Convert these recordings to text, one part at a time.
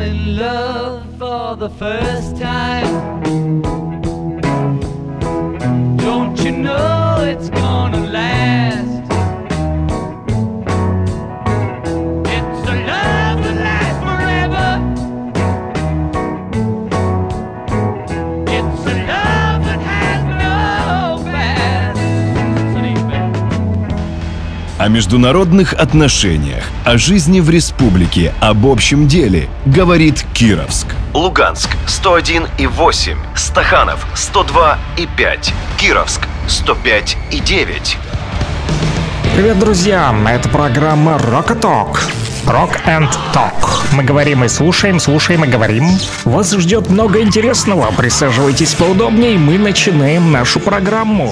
in love for the first time. Don't you know it's gonna last? It's a love that lasts forever. It's a love that has no past. О международных отношениях, о жизни в республике, об общем деле говорит Кировск. Луганск 101,8, Стаханов 102,5, Кировск 105,9. Привет, друзья! Это программа Rock Talk. Rock and Talk. Мы говорим и слушаем, слушаем и говорим. Вас ждет много интересного. Присаживайтесь поудобнее, мы начинаем нашу программу.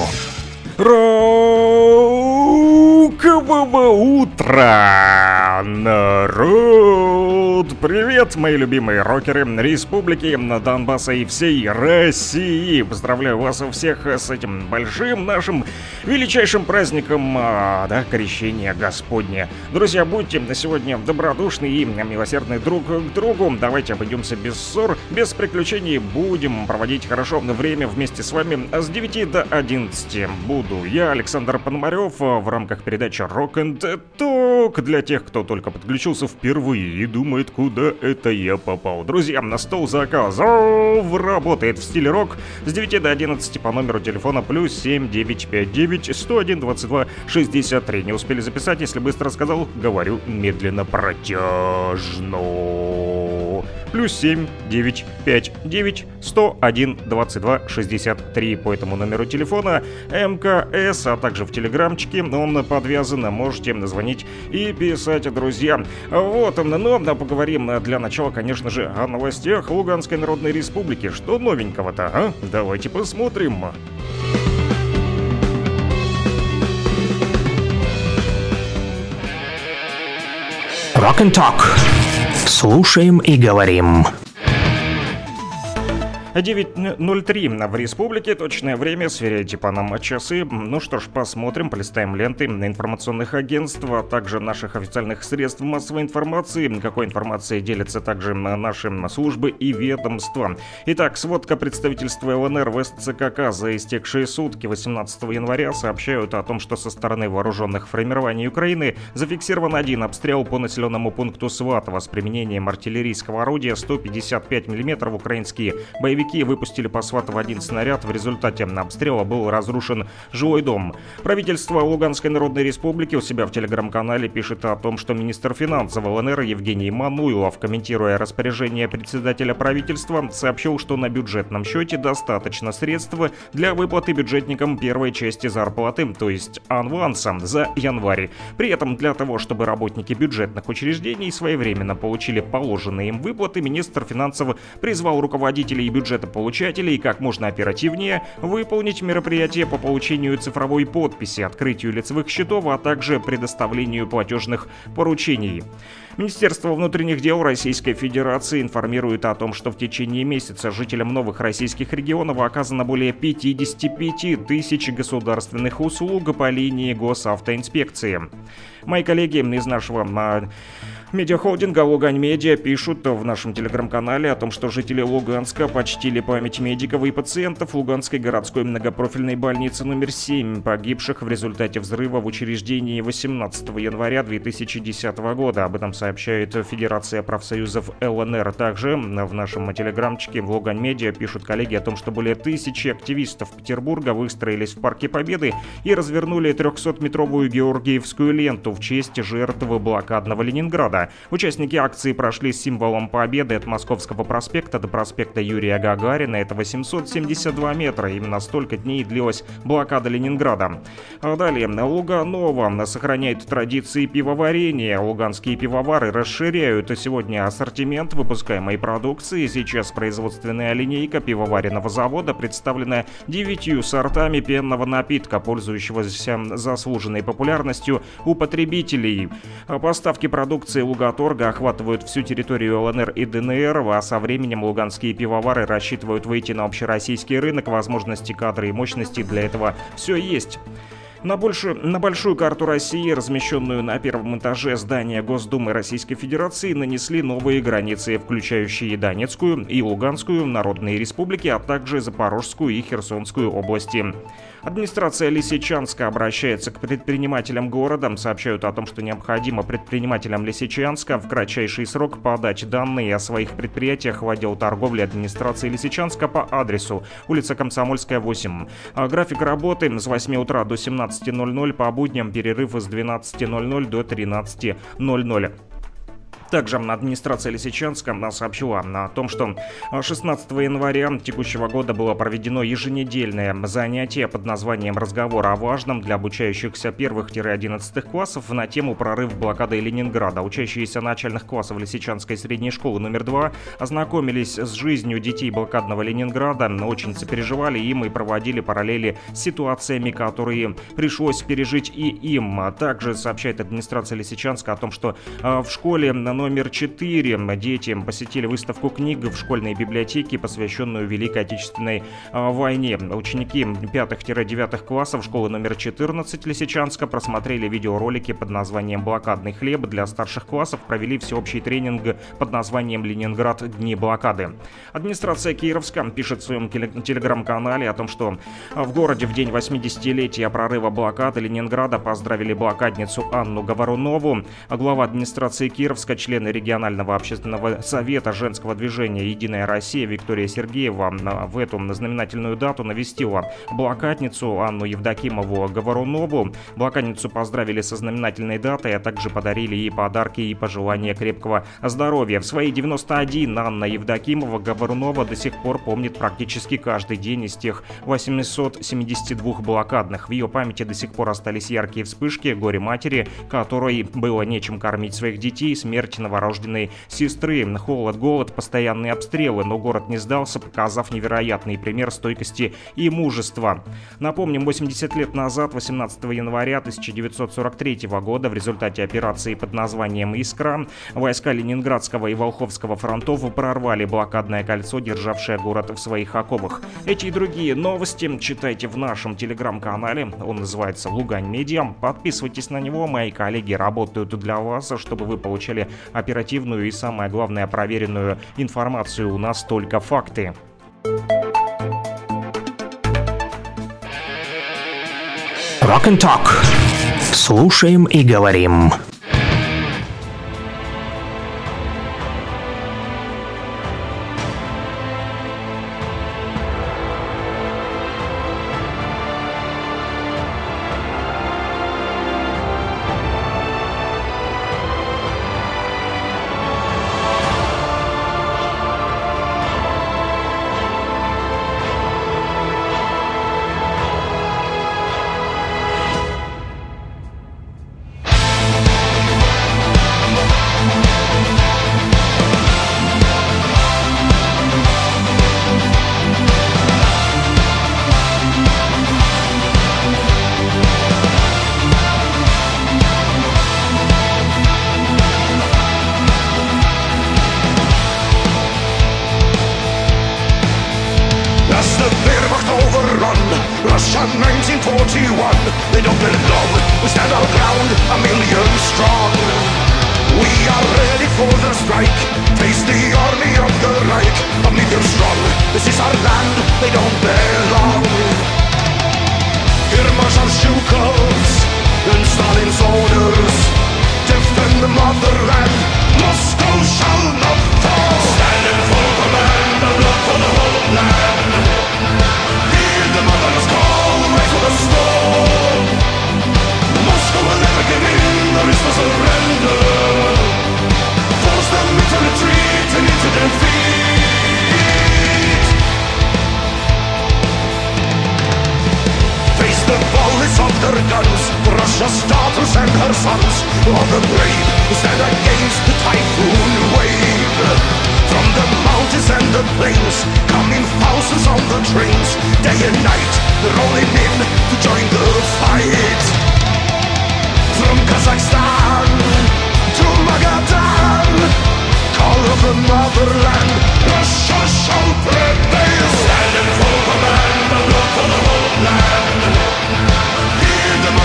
Рокового утра, народ! Привет, мои любимые рокеры Республики Донбасса и всей России! Поздравляю вас всех с этим большим нашим величайшим праздником, Крещения Господня. Друзья, будьте на сегодня добродушны и милосердны друг к другу. Давайте обойдемся без ссор, без приключений. Будем проводить хорошо время вместе с вами с 9 до 11. Буду я, Александр Пономарев, в рамках передачи Rock and Talk для тех, кто только подключился впервые и думает, куда это я попал. Друзья, на стол заказов работает в стиле рок с 9 до 11 по номеру телефона +7 959 101 22 63. Не успели записать, если быстро сказал, говорю медленно, протяжно. +7 959 101 22 63 по этому номеру телефона МКС, а также в телеграмчике он подвязан, можете звонить и писать, друзья. Вот, но поговорим для начала, конечно же, о новостях Луганской Народной Республики. Что новенького-то, а? Давайте посмотрим. Rock and Talk. Слушаем и говорим. 9:03 в республике, точное время, сверяйте по нам часы. Ну что ж, посмотрим, полистаем ленты на информационных агентств, а также наших официальных средств массовой информации. Какой информацией делятся также наши службы и ведомства. Итак, сводка представительства ЛНР в СЦКК за истекшие сутки 18 января сообщают о том, что со стороны вооруженных формирований Украины зафиксирован один обстрел по населенному пункту Сватово с применением артиллерийского орудия 155 мм. Украинские боевики выпустили по Сватово один снаряд. В результате обстрела был разрушен жилой дом. Правительство Луганской Народной Республики у себя в телеграм-канале пишет о том, что министр финансов ЛНР Евгений Мануилов, комментируя распоряжение председателя правительства, сообщил, что на бюджетном счете достаточно средств для выплаты бюджетникам первой части зарплаты, то есть аванса за январь. При этом для того, чтобы работники бюджетных учреждений своевременно получили положенные им выплаты, министр финансов призвал руководителей бюджетополучателей как можно оперативнее выполнить мероприятия по получению цифровой подписи, открытию лицевых счетов, а также предоставлению платежных поручений. Министерство внутренних дел Российской Федерации информирует о том, что в течение месяца жителям новых российских регионов оказано более 55 тысяч государственных услуг по линии госавтоинспекции. Мои коллеги из нашего медиахолдинга Лугань Медиа пишут в нашем телеграм-канале о том, что жители Луганска почтили память медиков и пациентов Луганской городской многопрофильной больницы номер 7, погибших в результате взрыва в учреждении 18 января 2010 года. Об этом сообщает Федерация профсоюзов ЛНР. Также в нашем телеграмчике в Лугань Медиа пишут коллеги о том, что более 1000 активистов Петербурга выстроились в Парке Победы и развернули 300-метровую Георгиевскую ленту в честь жертв блокадного Ленинграда. Участники акции прошли с символом победы от Московского проспекта до проспекта Юрия Гагарина. Это 872 метра. Именно столько дней длилась блокада Ленинграда. Далее. Луганова сохраняет традиции пивоварения. Луганские пивовары расширяют сегодня ассортимент выпускаемой продукции. Сейчас производственная линейка пивоваренного завода представлена 9 сортами пенного напитка, пользующегося заслуженной популярностью у потребителей. Поставки продукции Лугаторга охватывают всю территорию ЛНР и ДНР, а со временем луганские пивовары рассчитывают выйти на общероссийский рынок. Возможности, кадры и мощности для этого все есть. На большую карту России, размещенную на первом этаже здания Госдумы Российской Федерации, нанесли новые границы, включающие Донецкую и Луганскую народные республики, а также Запорожскую и Херсонскую области. Администрация Лисичанска обращается к предпринимателям города, сообщают о том, что необходимо предпринимателям Лисичанска в кратчайший срок подать данные о своих предприятиях в отдел торговли администрации Лисичанска по адресу улица Комсомольская, 8. График работы с 8 утра до 17:00, по будням перерыв с 12:00 до 13:00. Также администрация Лисичанска сообщила о том, что 16 января текущего года было проведено еженедельное занятие под названием «Разговор о важном» для обучающихся 1-11 классов на тему «Прорыв блокады Ленинграда». Учащиеся начальных классов Лисичанской средней школы номер 2 ознакомились с жизнью детей блокадного Ленинграда, очень сопереживали им и проводили параллели с ситуациями, которые пришлось пережить и им. Также сообщает администрация Лисичанска о том, что в школе номер 4 дети посетили выставку книг в школьной библиотеке, посвященную Великой Отечественной войне. Ученики 5-9 классов школы номер 14 Лисичанска просмотрели видеоролики под названием «Блокадный хлеб». Для старших классов провели всеобщий тренинг под названием «Ленинград. Дни блокады». Администрация Кировска пишет в своем телеграм-канале о том, что в городе в день 80-летия прорыва блокады Ленинграда поздравили блокадницу Анну Говорунову. Глава администрации Кировска, член регионального общественного совета женского движения «Единая Россия» Виктория Сергеева в эту знаменательную дату навестила блокадницу Анну Евдокимову Говорунову. Блокадницу поздравили со знаменательной датой, а также подарили ей подарки и пожелания крепкого здоровья. В свои 91 Анна Евдокимова Говорунова до сих пор помнит практически каждый день из тех 872 блокадных. В ее памяти до сих пор остались яркие вспышки горе матери, которой было нечем кормить своих детей, смерть новорожденной сестры, холод, голод, постоянные обстрелы, но город не сдался, показав невероятный пример стойкости и мужества. Напомним, 80 лет назад, 18 января 1943 года, в результате операции под названием «Искра», войска Ленинградского и Волховского фронтов прорвали блокадное кольцо, державшее город в своих оковах. Эти и другие новости читайте в нашем телеграм-канале, он называется «Лугань Медиа». Подписывайтесь на него, мои коллеги работают для вас, чтобы вы получали оперативную и, самое главное, проверенную информацию. У нас только факты. Rock and Talk. Слушаем и говорим. Russia 1941, they don't belong. We stand our ground, 1,000,000 strong. We are ready for the strike. Face the army of the Reich, 1,000,000 strong. This is our land, they don't belong. Here Marshal Zhukov's and Stalin's orders. Defend the motherland, Moscow shall not fall. Standing for command, the blood for the whole land. Hear the mother's call, right to the storm. Moscow will never give in, there is no surrender. Force them into retreat and into defeat. Face the bullets of their guns, Russia's daughters and her sons. All the brave who stand against the typhoon wave. From the mountains and the plains, coming thousands on the trains. Day and night, rolling in to join the fight. From Kazakhstan to Magadan, call of the motherland, Russia shall prevail. Standing for command, the blood for the whole land. Hear the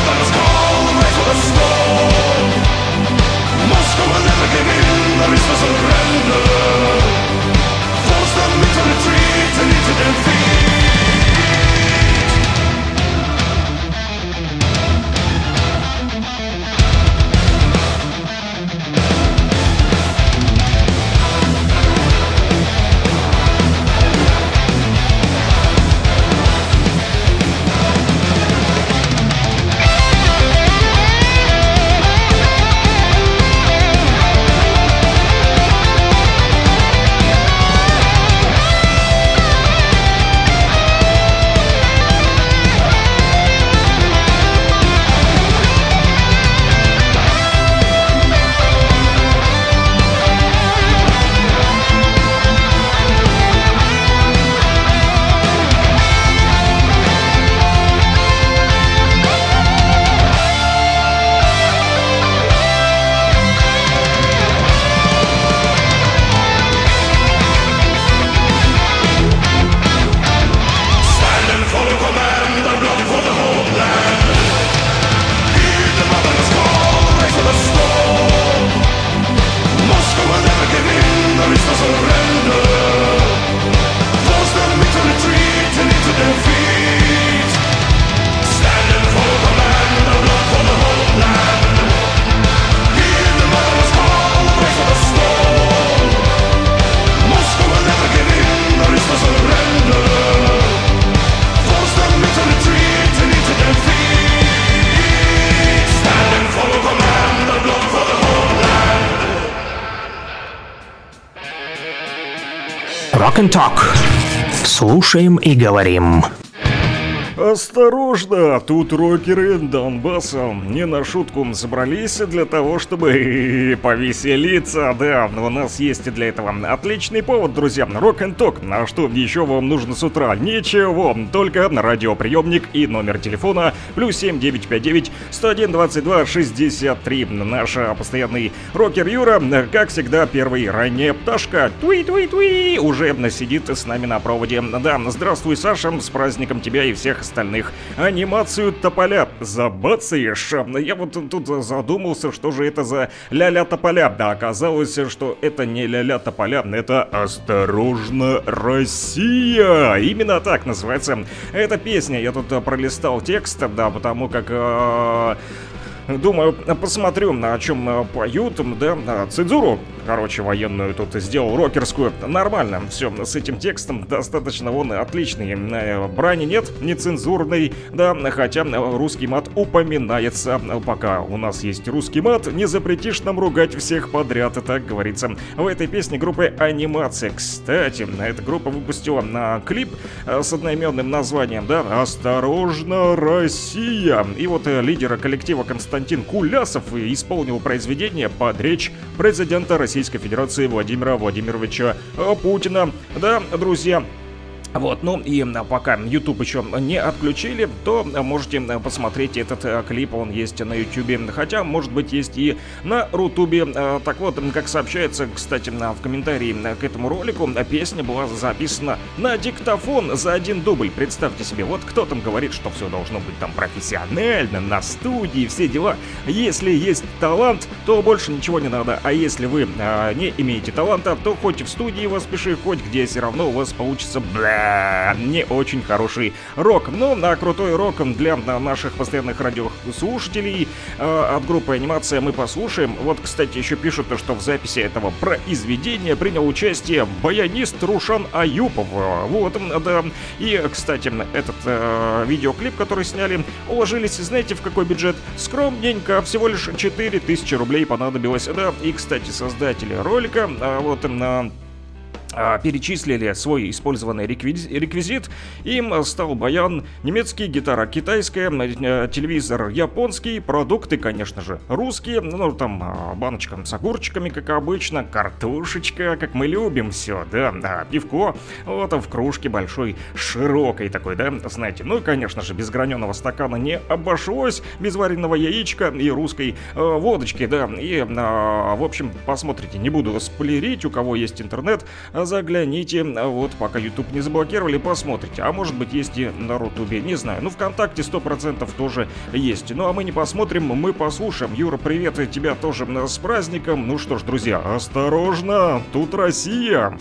Rock and Talk. Слушаем и говорим. Осторожно, тут рокеры Донбасса не на шутку собрались для того, чтобы повеселиться. Да, у нас есть для этого отличный повод, друзья. Rock and Talk. А что еще вам нужно с утра? Ничего, только радиоприемник и номер телефона +7 959 101 22 63. Наш постоянный рокер Юра, как всегда, первый ранняя пташка. Туи-туи-туи, уже сидит с нами на проводе. Да, здравствуй, Саша, с праздником тебя и всех остальных. Анимацию тополя забацаешь? Я вот тут задумался, что же это за ля-ля тополя. Да, оказалось, что это не ля-ля тополя, это «Осторожно, Россия». Именно так называется эта песня. Я тут пролистал текст, да, потому как... Думаю, посмотрю, о чем поют, да, цензуру, короче, военную тут сделал, рокерскую. Нормально, все, с этим текстом достаточно, он отличный. Брани нет, нецензурный, да, хотя русский мат упоминается. Пока у нас есть русский мат, не запретишь нам ругать всех подряд, так говорится в этой песне группы «Анимация». Кстати, эта группа выпустила клип с одноименным названием, да, «Осторожно, Россия». И вот лидер коллектива Константин Кулясов исполнил произведение под речь президента Российской Федерации Владимира Владимировича Путина. Да, друзья. Вот, ну и пока YouTube еще не отключили, то можете посмотреть этот клип, он есть на YouTube, хотя, может быть, есть и на Рутубе. Так вот, как сообщается, кстати, в комментарии к этому ролику, песня была записана на диктофон за один дубль. Представьте себе, вот кто там говорит, что все должно быть там профессионально, на студии, все дела. Если есть талант, то больше ничего не надо, а если вы не имеете таланта, то хоть в студии вас пиши, хоть где, все равно у вас получится не очень хороший рок. Но крутой рок для наших постоянных радиослушателей от группы «Анимация» мы послушаем. Вот, кстати, еще пишут, что в записи этого произведения принял участие баянист Рушан Аюпов. Вот, да. И, кстати, этот видеоклип, который сняли, уложились, знаете, в какой бюджет? Скромненько, всего лишь 4000 рублей понадобилось. Да, и, кстати, создатели ролика, вот, перечислили свой использованный реквизит. Им стал баян немецкий, гитара китайская, телевизор японский, продукты, конечно же, русские. Ну, там баночка с огурчиками, как обычно, картошечка, как мы любим все, да, пивко, вот в кружке большой, широкой такой, да, знаете. Ну и, конечно же, без граненого стакана не обошлось, без вареного яичка и русской водочки, да. И, в общем, посмотрите, не буду спойлерить, у кого есть интернет, загляните, вот, пока YouTube не заблокировали, посмотрите. А может быть, есть и на Рутубе, не знаю. Ну, ВКонтакте 100% тоже есть. Ну, а мы не посмотрим, мы послушаем. Юра, привет тебя тоже с праздником. Ну что ж, друзья, осторожно, тут Россия.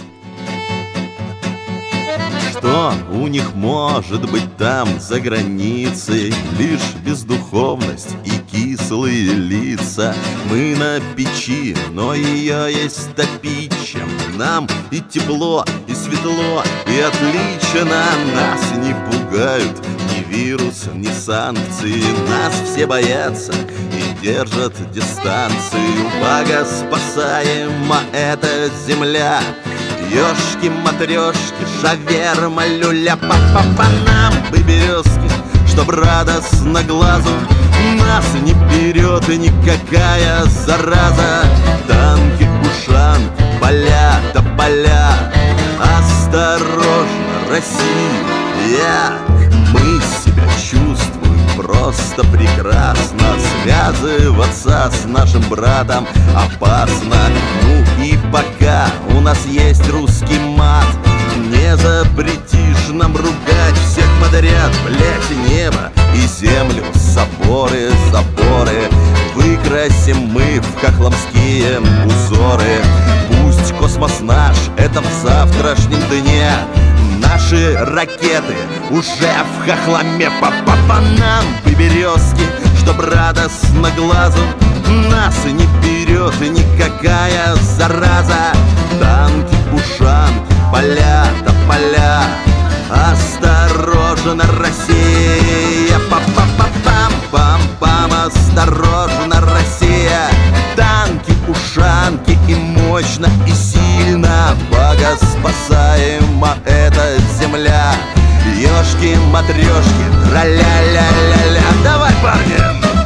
Что у них может быть там за границей? Лишь бездуховность и кислые лица. Мы на печи, но ее есть топить, чем нам и тепло, и светло, и отлично. Нас не пугают ни вирус, ни санкции. Нас все боятся и держат дистанцию. Богоспасаема эта земля. Ёшки-матрёшки, шаверма, люля, по нам бы березки, чтоб радостно глазу нас не берет и никакая зараза. Танки, Кушан, поля, тополя, осторожно, Россия. Мы себя чувствуем просто прекрасно. Связываться с нашим братом опасно. Ну и пока у нас есть русский мат, не запретишь нам ругать всех подряд. Блять, небо и землю, соборы, заборы выкрасим мы в хохломские узоры. Пусть космос наш, это в завтрашнем дне. Наши ракеты уже в хохломе. По нам бы березки, чтоб радостно глазу нас не берет и никакая зараза. Танки, Кушан, поля, тополя, осторожно, Россия. Пам-пам-пам, осторожно, Россия. Танки, ушанки и мощно, и сильно. Богоспасаем эта земля. Ёшки-матрёшки, тра-ля-ля-ля-ля. Давай, парни!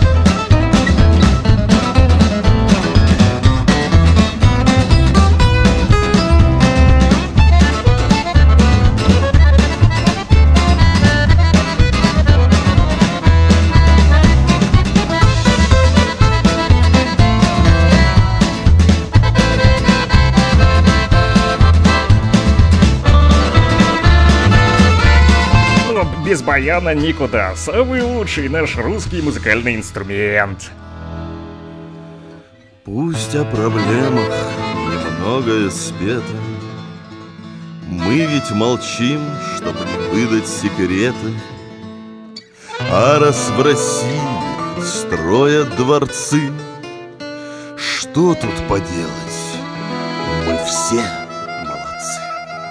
Без баяна никуда. Самый лучший наш русский музыкальный инструмент. Пусть о проблемах немного спето, мы ведь молчим, чтобы не выдать секреты. А раз в России строят дворцы, что тут поделать? Мы все молодцы.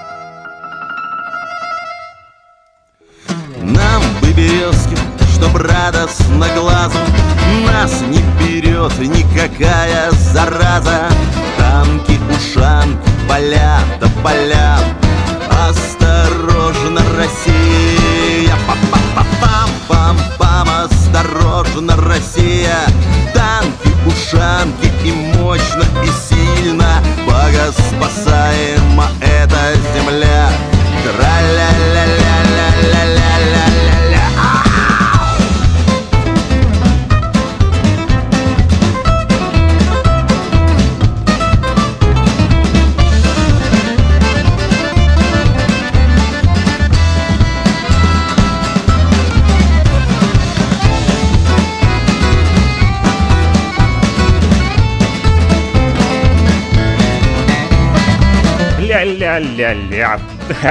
Нам бы березки, чтоб радостно глазу, нас не берет никакая зараза. Танки, ушанки, поля, тополя, осторожно, Россия. Пам-пам-пам, осторожно, Россия. Танки, ушанки и мощно, и сильно богоспасаема эта земля. Тра-ля-ля-ля-ля-ля-ля-ля-ля-ля. Ля-ля-ля-ля.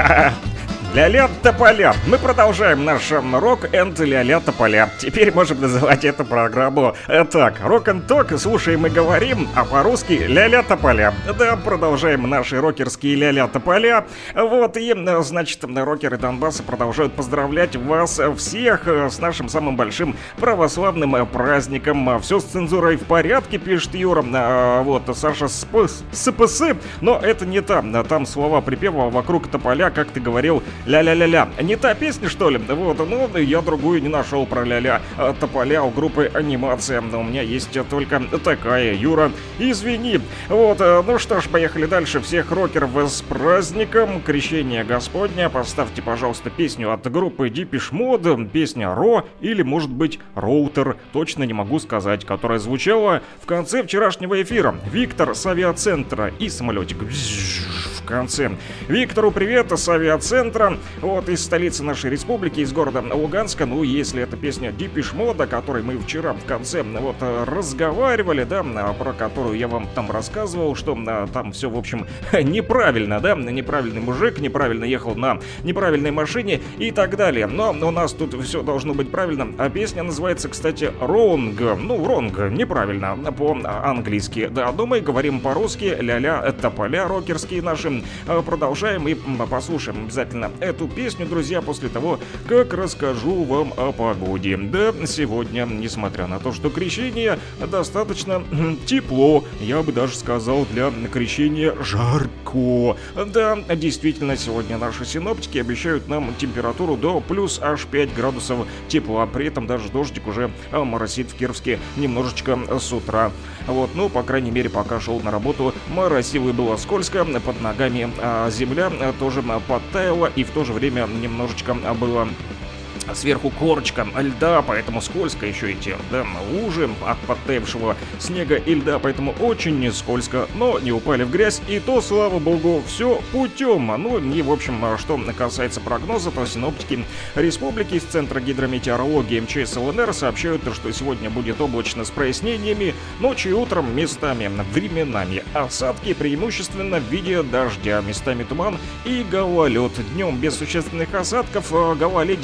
Ля-ля тополя. Мы продолжаем наш рок-энд ля-ля тополя. Теперь можем называть эту программу так. Рок-энд-ток, слушаем и говорим, а по-русски ля-ля тополя. Да, продолжаем наши рокерские ля-ля тополя. Вот, и, значит, рокеры Донбасса продолжают поздравлять вас всех с нашим самым большим православным праздником. Все с цензурой в порядке, пишет Юра. Вот, Саша СПС, но это не там. Там слова припева вокруг тополя, как ты говорил, ля-ля-ля-ля. Не та песня, что ли? Вот, ну, я другую не нашел про ля-ля тополя у группы «Анимация». Но у меня есть только такая, Юра, извини. Вот, ну что ж, поехали дальше. Всех рокеров с праздником Крещения Господня. Поставьте, пожалуйста, песню от группы Depeche Mode, песня «Ро» или, может быть, «Роутер», точно не могу сказать, которая звучала в конце вчерашнего эфира. Виктор с авиацентра и самолетик в конце. Виктору привет с авиацентра, вот, из столицы нашей республики, из города Луганска. Ну, если это песня Depeche Mode, о которой мы вчера в конце вот разговаривали, да, про которую я вам там рассказывал, что там все, в общем, неправильно, да, неправильный мужик, неправильно ехал на неправильной машине и так далее. Но у нас тут все должно быть правильно. А песня называется, кстати, Wrong. Ну, Wrong, неправильно, по-английски. Да, но мы говорим по-русски, ля-ля тополя рокерские наши. Продолжаем и послушаем обязательно эту песню, друзья, после того, как расскажу вам о погоде. Да, сегодня, несмотря на то, что крещение достаточно тепло, я бы даже сказал, для крещения жарко. Да, действительно, сегодня наши синоптики обещают нам температуру до плюс аж 5 градусов тепла. При этом даже дождик уже моросит в Кировске немножечко с утра. Вот, ну, по крайней мере, пока шел на работу, моросило и было скользко под ногами, а земля тоже подтаяла, и в то же время немножечко было сверху корочка льда, поэтому скользко, еще эти, да, лужи от подтаявшего снега и льда, поэтому очень не скользко, но не упали в грязь, и то, слава богу, все путем. Ну и, в общем, что касается прогноза, то синоптики республики из Центра гидрометеорологии МЧС ЛНР сообщают, что сегодня будет облачно с прояснениями, ночью и утром местами, временами осадки, преимущественно в виде дождя, местами туман и гололед. Днем без существенных осадков, гололедица в Сахалине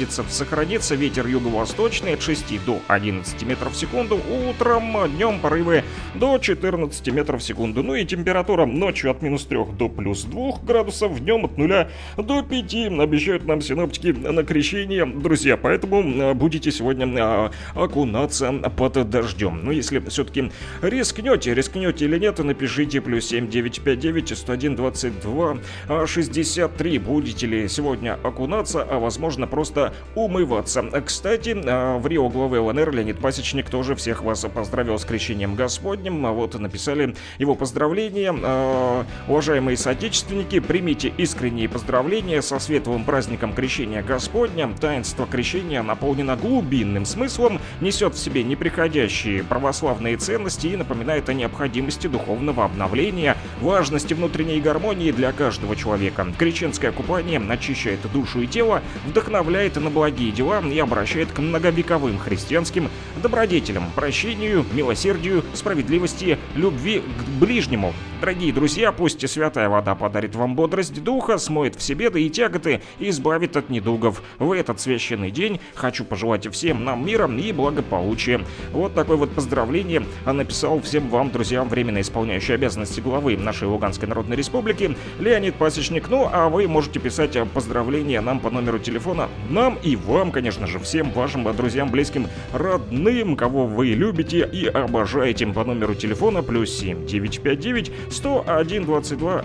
сохранится. Ветер юго-восточный от 6 до 11 метров в секунду. Утром, днем порывы до 14 метров в секунду. Ну и температура ночью от -3 до +2 градусов, днем от 0 до 5. Обещают нам синоптики на крещение, друзья. Поэтому будете сегодня окунаться под дождем. Ну, если все-таки рискнете или нет, напишите +7 959 101 22 63. Будете ли сегодня окунаться, а возможно просто умываться. Кстати, в Рио главы ЛНР Леонид Пасечник тоже всех вас поздравил с крещением Господним. Вот написали его поздравления. Уважаемые соотечественники, примите искренние поздравления со светлым праздником крещения Господня. Таинство крещения наполнено глубинным смыслом, несет в себе неприходящие православные ценности и напоминает о необходимости духовного обновления, важности внутренней гармонии для каждого человека. Крещенское купание очищает душу и тело, вдохновляет на благие дела и обращает к многовековым христианским добродетелям, прощению, милосердию, справедливости, любви к ближнему. Дорогие друзья, пусть святая вода подарит вам бодрость духа, смоет все беды и тяготы и избавит от недугов. В этот священный день хочу пожелать всем нам мира и благополучия. Вот такое вот поздравление написал всем вам, друзьям, временно исполняющий обязанности главы нашей Луганской Народной Республики Леонид Пасечник. Ну, а вы можете писать поздравления нам по номеру телефона. Нам и вам, конечно же, всем вашим друзьям, близким, родным, кого вы любите и обожаете, по номеру телефона +7 959 101 22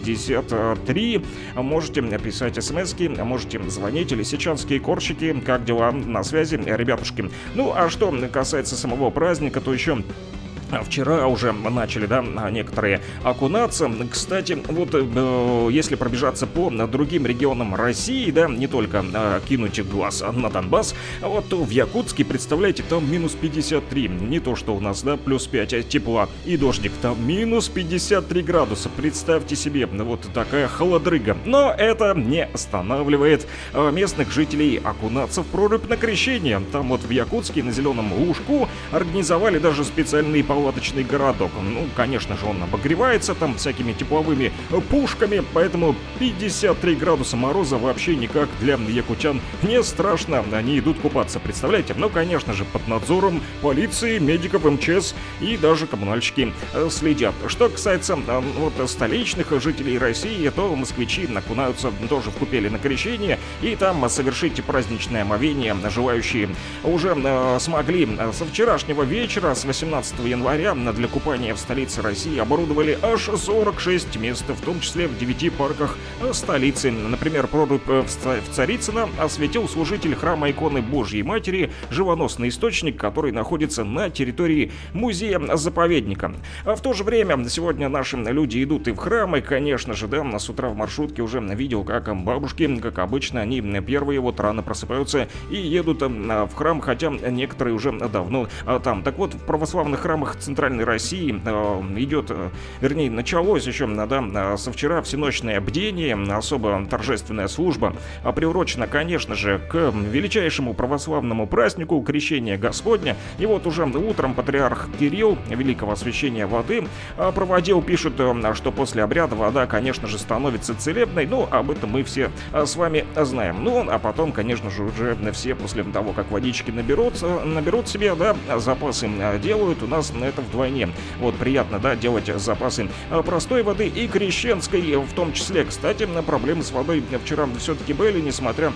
63. Можете писать смски, можете звонить, лисичанские корщики, как дела, на связи, ребятушки. Ну, а что касается самого праздника, то еще вчера уже начали, да, некоторые окунаться. Кстати, вот если пробежаться по другим регионам России, да, не только кинуть глаз на Донбасс, вот то в Якутске, представляете, там -53. Не то, что у нас, да, +5 тепла и дождик, там -53 градуса. Представьте себе, вот такая холодрыга. Но это не останавливает местных жителей окунаться в прорубь на крещение. Там вот в Якутске на Зеленом Лужку организовали даже специальный палаточный городок. Ну, конечно же, он обогревается там всякими тепловыми пушками, поэтому 53 градуса мороза вообще никак для якутян не страшно. Они идут купаться, представляете? Ну, конечно же, под надзором полиции, медиков, МЧС и даже коммунальщики следят. Что касается вот столичных жителей России, то москвичи окунаются тоже в купели на крещение, и там совершить праздничное омовение желающие уже смогли. Со вчерашнего вечера, с 18 января, для купания в столице России оборудовали аж 46 мест, в том числе в 9 парках столицы. Например, прорубь в Царицыно осветил служитель храма иконы Божьей Матери, живоносный источник, который находится на территории музея-заповедника. А в то же время сегодня наши люди идут и в храм, и, конечно же, да, с утра в маршрутке уже видел, как бабушки, как обычно, они первые вот рано просыпаются и едут в храм, хотя некоторые уже давно там. Так вот, в православных храмах Центральной России идет, вернее, началось еще, да, со вчера всеночное бдение, особо торжественная служба, приурочена, конечно же, к величайшему православному празднику Крещения Господня. И вот уже утром патриарх Кирилл великого освящения воды проводил, пишет, что после обряда вода, конечно же, становится целебной, но об этом мы все с вами знаем. Ну, а потом, конечно же, уже все после того, как водички наберут себе, да, запасы делают, у нас это вдвойне. Вот приятно, да, делать запасы простой воды и крещенской в том числе. Кстати, проблемы с водой вчера все-таки были, несмотря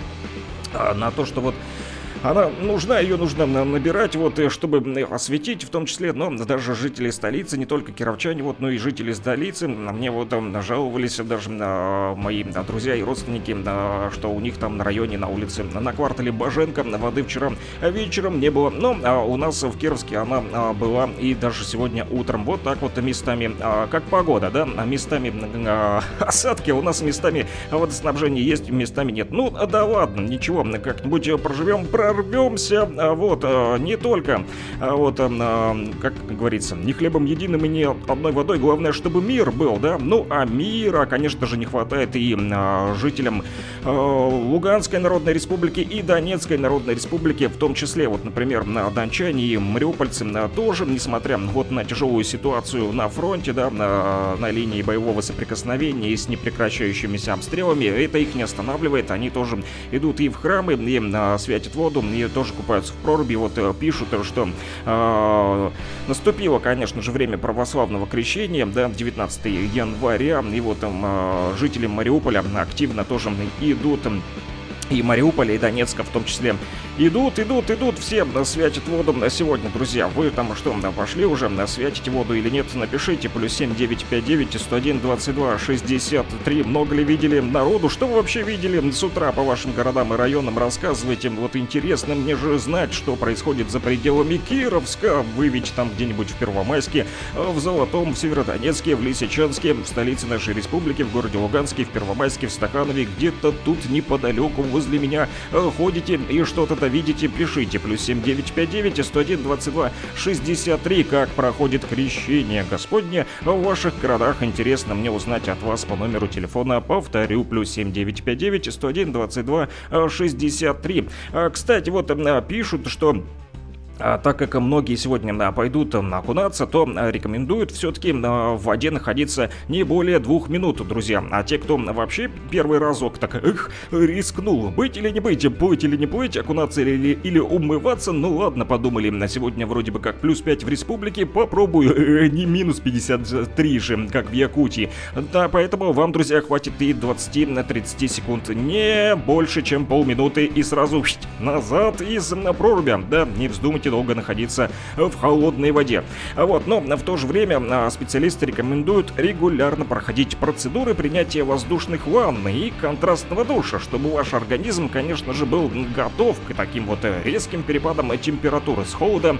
на то, что вот она нужна, ее нужно набирать, вот, чтобы осветить, в том числе, но даже жители столицы, не только кировчане, вот, но и жители столицы, мне вот жаловались даже мои друзья и родственники, что у них там на районе, на улице, на квартале Боженко воды вчера вечером не было, но у нас в Кировске она была и даже сегодня утром. Вот так вот местами, как погода, да, местами осадки, у нас местами водоснабжение есть, местами нет. Ну, да ладно, ничего, как-нибудь проживем, прорвемся, вот, не только, вот, как говорится, не хлебом единым и не одной водой, главное, чтобы мир был, да, ну, а мира, конечно же, не хватает и жителям Луганской Народной Республики и Донецкой Народной Республики, в том числе, вот, например, дончане и мариупольцы тоже, несмотря вот на тяжелую ситуацию на фронте, да, на линии боевого соприкосновения и с непрекращающимися обстрелами, это их не останавливает, они тоже идут и в храмы, и святят воду, и тоже купаются в проруби, вот пишут, что наступило, конечно же, время православного крещения, да, 19 января, и вот жители Мариуполя активно тоже идут, и Мариуполя, и Донецка в том числе. Идут, все святят воду сегодня, друзья. Вы там что, пошли уже, святите воду или нет? Напишите, +7 959 101 22 63. Много ли видели народу? Что вы вообще видели с утра по вашим городам и районам? Рассказывайте, вот интересно мне же знать, что происходит за пределами Кировска. Вы ведь там где-нибудь в Первомайске, в Золотом, в Северодонецке, в Лисичанске, в столице нашей республики, в городе Луганске, в Первомайске, в Стаханове, где-то тут неподалеку возле меня ходите и что-то видите, пишите, +7 959 101 22 63. Как проходит крещение Господне в ваших городах? Интересно мне узнать от вас по номеру телефона, повторю, +7 959 101 22 63. Кстати, вот пишут, что так как многие сегодня пойдут окунаться, то рекомендуют все-таки в воде находиться не более 2 минут, друзья. А те, кто вообще первый разок так рискнул, быть или не быть, плыть или не плыть, окунаться или умываться, ну ладно, подумали, на сегодня вроде бы как +5 в республике, попробую, не -53 же, как в Якутии. Да, поэтому вам, друзья, хватит и 20-30 секунд, не больше, чем полминуты, и сразу назад из проруби, да, не вздумайте долго находиться в холодной воде. Вот, но в то же время специалисты рекомендуют регулярно проходить процедуры принятия воздушных ванн и контрастного душа, чтобы ваш организм, конечно же, был готов к таким вот резким перепадам температуры с холода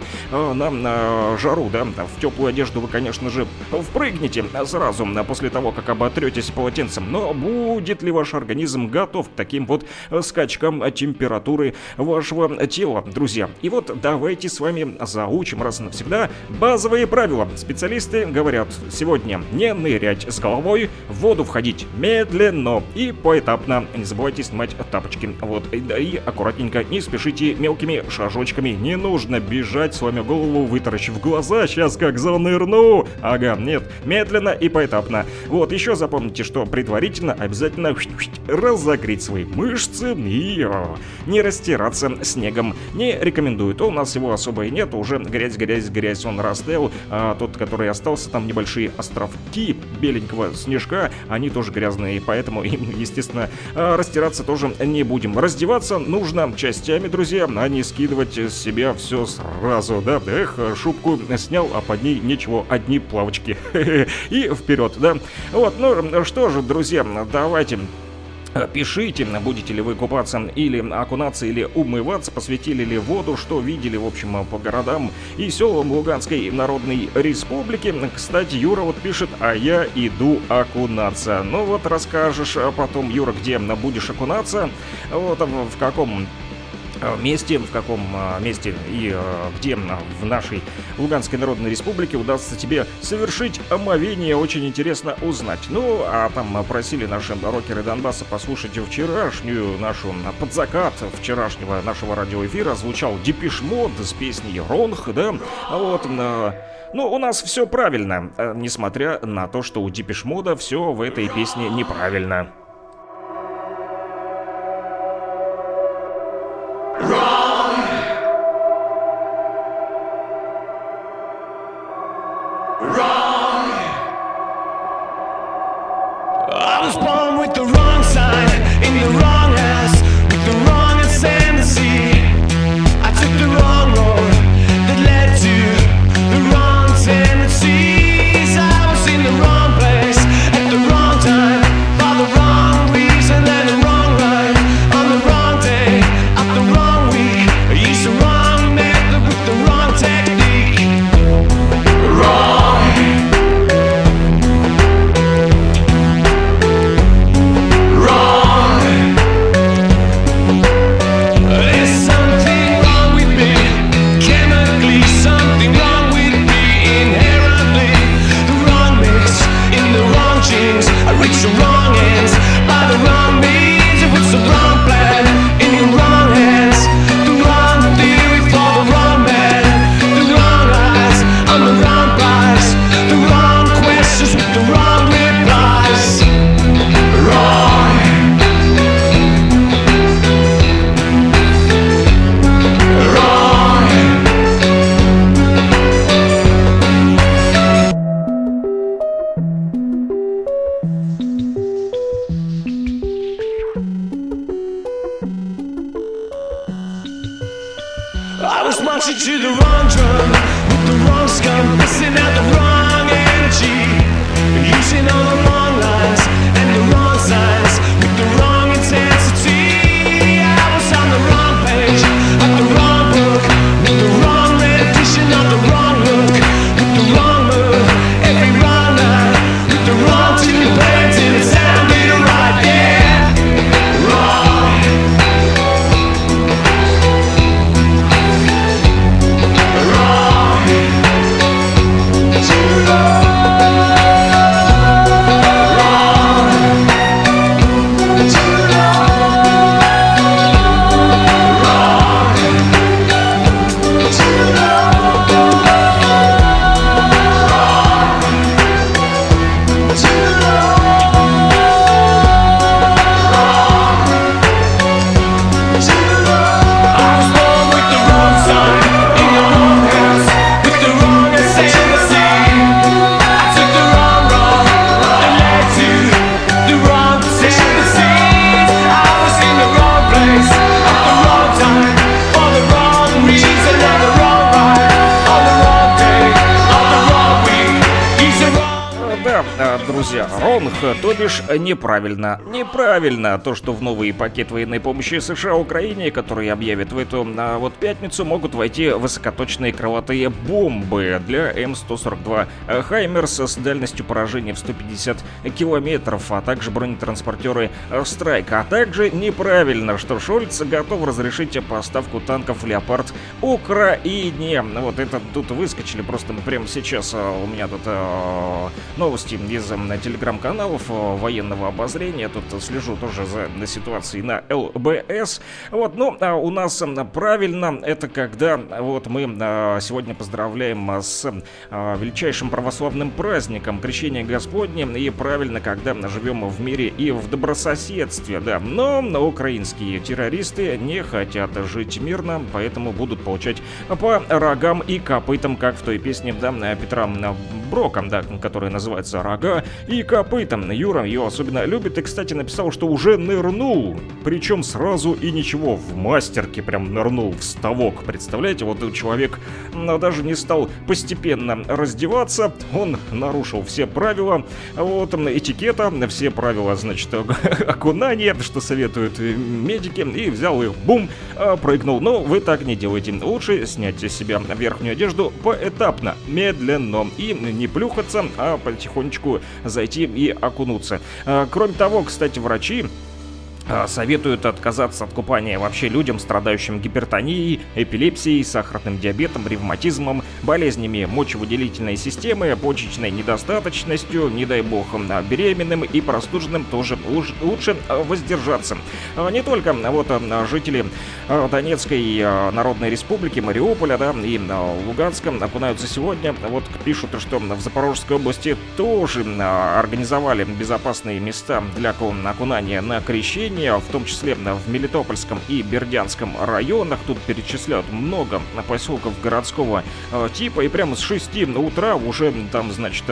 на жару, да. В теплую одежду вы, конечно же, впрыгнете сразу после того, как оботретесь полотенцем, но будет ли ваш организм готов к таким вот скачкам температуры вашего тела, друзья? И вот давайте с вами заучим раз и навсегда базовые правила. Специалисты говорят сегодня не нырять с головой, в воду входить медленно и поэтапно. Не забывайте снимать тапочки. Вот, и аккуратненько, не спешите мелкими шажочками. Не нужно бежать, сломя голову, вытаращив глаза. Сейчас как занырну. Ага, нет, медленно и поэтапно. Вот, еще запомните, что предварительно обязательно разогреть свои мышцы и не растираться снегом. Не рекомендуют. У нас его особо и нет, уже грязь он растаял, а тот, который остался, там небольшие островки беленького снежка, они тоже грязные, поэтому им, естественно, растираться тоже не будем. Раздеваться нужно частями, друзья, а не скидывать с себя все сразу, да, шубку снял, а под ней ничего, одни плавочки, и вперед, да. Вот, ну что же, друзья, давайте... Пишите, будете ли вы купаться или окунаться, или умываться, посвятили ли воду, что видели, в общем, по городам и селам Луганской Народной Республики. Кстати, Юра вот пишет, а я иду окунаться. Ну вот расскажешь потом, Юра, где будешь окунаться, вот в каком месте, и где в нашей Луганской Народной Республике удастся тебе совершить омовение, очень интересно узнать. Ну, а там просили наши рокеры Донбасса послушать вчерашнюю нашу подзакат вчерашнего нашего радиоэфира. Звучал Депеш Мод с песней «Ронх», да, вот. Ну, у нас все правильно, несмотря на то, что у Депеш Мода все в этой песне неправильно. to the wrong drum with the wrong scum, missing out the wrong energy, using all the wrong lines and the wrong signs with the wrong intensity. I was on the wrong page of the wrong book with the wrong rendition of the wrong look with the wrong move every wrong night with the wrong tune playing till it sounded right. Yeah, wrong. Друзья, ронг, то бишь неправильно. Неправильно то, что в новый пакет военной помощи США Украине, который объявят в эту вот пятницу, могут войти высокоточные крылатые бомбы для М142 «Хаймерс» с дальностью поражения в 150 километров, а также бронетранспортеры «Страйк». А также неправильно, что Шольц готов разрешить поставку танков «Леопард» Украине. Вот это тут выскочили просто прямо сейчас. У меня тут новости из телеграм-каналов военного обозрения. Тут слежу тоже за ситуацией на ЛБС. Вот, ну, а у нас правильно это когда вот мы сегодня поздравляем с величайшим православным праздником Крещение Господне. И правильно, когда живем в мире и в добрососедстве, да. Но украинские террористы не хотят жить мирно, поэтому будут получать по рогам и копытам, как в той песне, да, Петра Брока, да, которая называется «Рога и копыта». Юра ее особенно любит и, кстати, написал, что уже нырнул. Причем сразу и ничего, в мастерке прям нырнул в ставок. Представляете, вот человек даже не стал постепенно раздеваться, он нарушил все правила вот, этикета, все правила, значит, окунания, что советуют медики, и взял и бум, прыгнул. Но вы так не делаете. Лучше снять с себя верхнюю одежду поэтапно, медленно, и не плюхаться, а потихонечку зайти и окунуться. Кроме того, кстати, врачи советуют отказаться от купания вообще людям, страдающим гипертонией, эпилепсией, сахарным диабетом, ревматизмом, болезнями мочевыделительной системы, почечной недостаточностью, не дай бог, беременным и простуженным тоже лучше воздержаться. Не только вот жители Донецкой Народной Республики, Мариуполя, да, и Луганска окунаются сегодня. Вот пишут, что в Запорожской области тоже организовали безопасные места для окунания на Крещение, в том числе в Мелитопольском и Бердянском районах. Тут перечисляют много поселков городского типа, и прямо с 6 утра уже там, значит,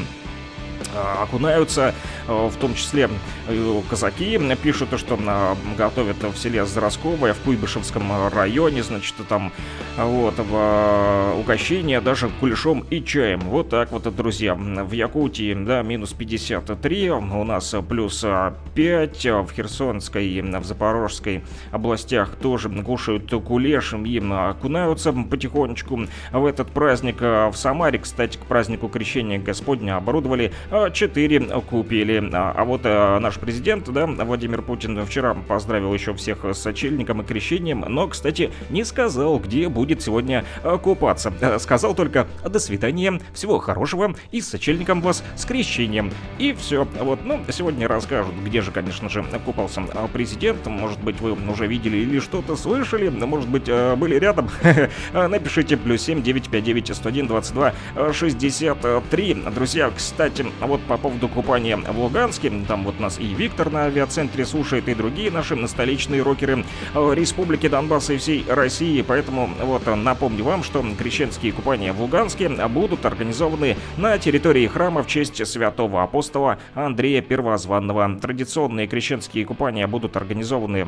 окунаются, в том числе казаки. Пишут, что готовят в селе Заросковое, в Куйбышевском районе, значит, там вот угощения даже кулешом и чаем. Вот так вот, друзья. В Якутии, да, минус 53, у нас плюс 5, в Херсонской, в Запорожской областях тоже кушают кулеш и окунаются потихонечку в этот праздник. В Самаре, кстати, к празднику Крещения Господня оборудовали 4 купели. А вот наш президент, да, Владимир Путин, вчера поздравил еще всех с сочельником и крещением, но, кстати, не сказал, где будет сегодня купаться. Сказал только «до свидания, всего хорошего и с сочельником вас, с крещением». И все. Вот, ну, сегодня расскажут, где же, конечно же, купался президент. Может быть, вы уже видели или что-то слышали, может быть, были рядом. Напишите +7 959 101 22 63. Друзья, кстати, вот по поводу купания в Луганске. Там вот нас и Виктор на авиацентре слушает, и другие наши столичные рокеры Республики Донбасс и всей России. Поэтому вот напомню вам, что крещенские купания в Луганске будут организованы на территории храма в честь святого апостола Андрея Первозванного. Традиционные крещенские купания будут организованы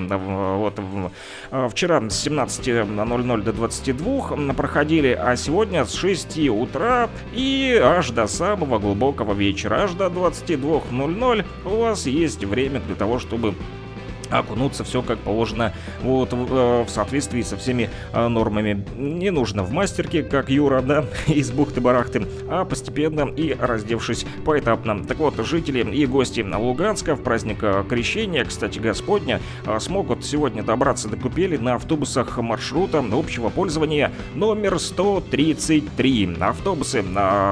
вчера с 17:00 до 22 проходили, а сегодня с 6 утра и аж до самого глубокого вечера, аж до 22:00 у вас есть время для того, чтобы окунуться все как положено, вот, в соответствии со всеми нормами. Не нужно в мастерке, как Юра, да, из бухты-барахты, а постепенно и раздевшись поэтапно. Так вот, жители и гости Луганска в праздник Крещения, кстати, Господня, смогут сегодня добраться до купели на автобусах маршрута общего пользования номер 133. Автобусы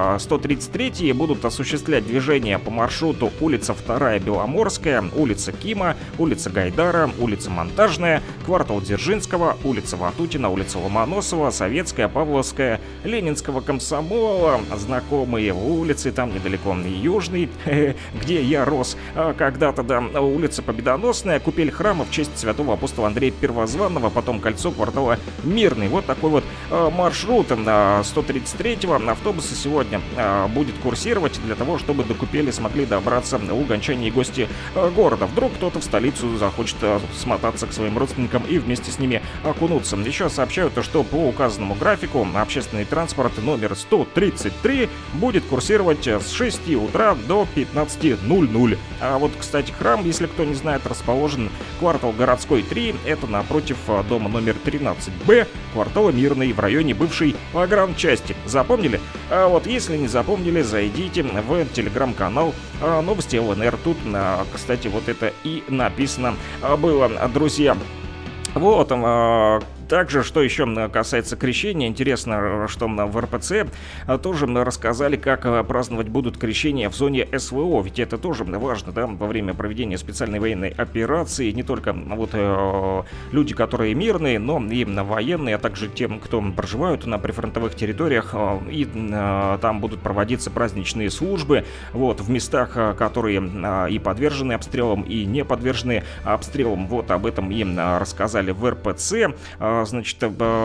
133 будут осуществлять движение по маршруту улица 2 Беломорская, улица Кима, улица Гайдара, улица Монтажная, квартал Дзержинского, улица Ватутина, улица Ломоносова, Советская, Павловская, Ленинского, Комсомола, знакомые улицы, там недалеко Южный, где я рос когда-то, да, улица Победоносная, купель храма в честь святого апостола Андрея Первозванного, потом кольцо квартала Мирный. Вот такой вот маршрут 133-го автобуса сегодня будет курсировать для того, чтобы до купели смогли добраться луганчане и гости города. Вдруг кто-то в столицу захочет смотаться к своим родственникам и вместе с ними окунуться. Еще сообщают, что по указанному графику общественный транспорт номер 133 будет курсировать с 6 утра до 15:00. А вот, кстати, храм, если кто не знает, расположен квартал Городской 3, это напротив дома номер 13Б, квартала Мирный, в районе бывшей погранчасти. Запомнили? А вот если не запомнили, зайдите в телеграм-канал Новости ЛНР. Тут, кстати, вот это и написано было, друзья. Вот, также, что еще касается крещения, интересно, что в РПЦ тоже рассказали, как праздновать будут крещение в зоне СВО, ведь это тоже важно, да, во время проведения специальной военной операции, не только вот люди, которые мирные, но и военные, а также тем, кто проживают на прифронтовых территориях, и там будут проводиться праздничные службы, вот, в местах, которые и подвержены обстрелам, и не подвержены обстрелам. Вот об этом им рассказали в РПЦ. Значит,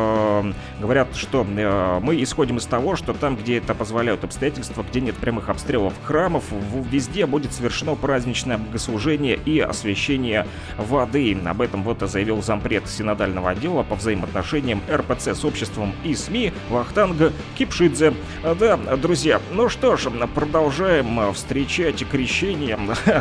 говорят, что мы исходим из того, что там, где это позволяют обстоятельства, где нет прямых обстрелов храмов, везде будет совершено праздничное богослужение и освящение воды. Об этом вот заявил зампред синодального отдела по взаимоотношениям РПЦ с обществом и СМИ Вахтанг Кипшидзе. Да, друзья, ну что ж, продолжаем встречать крещение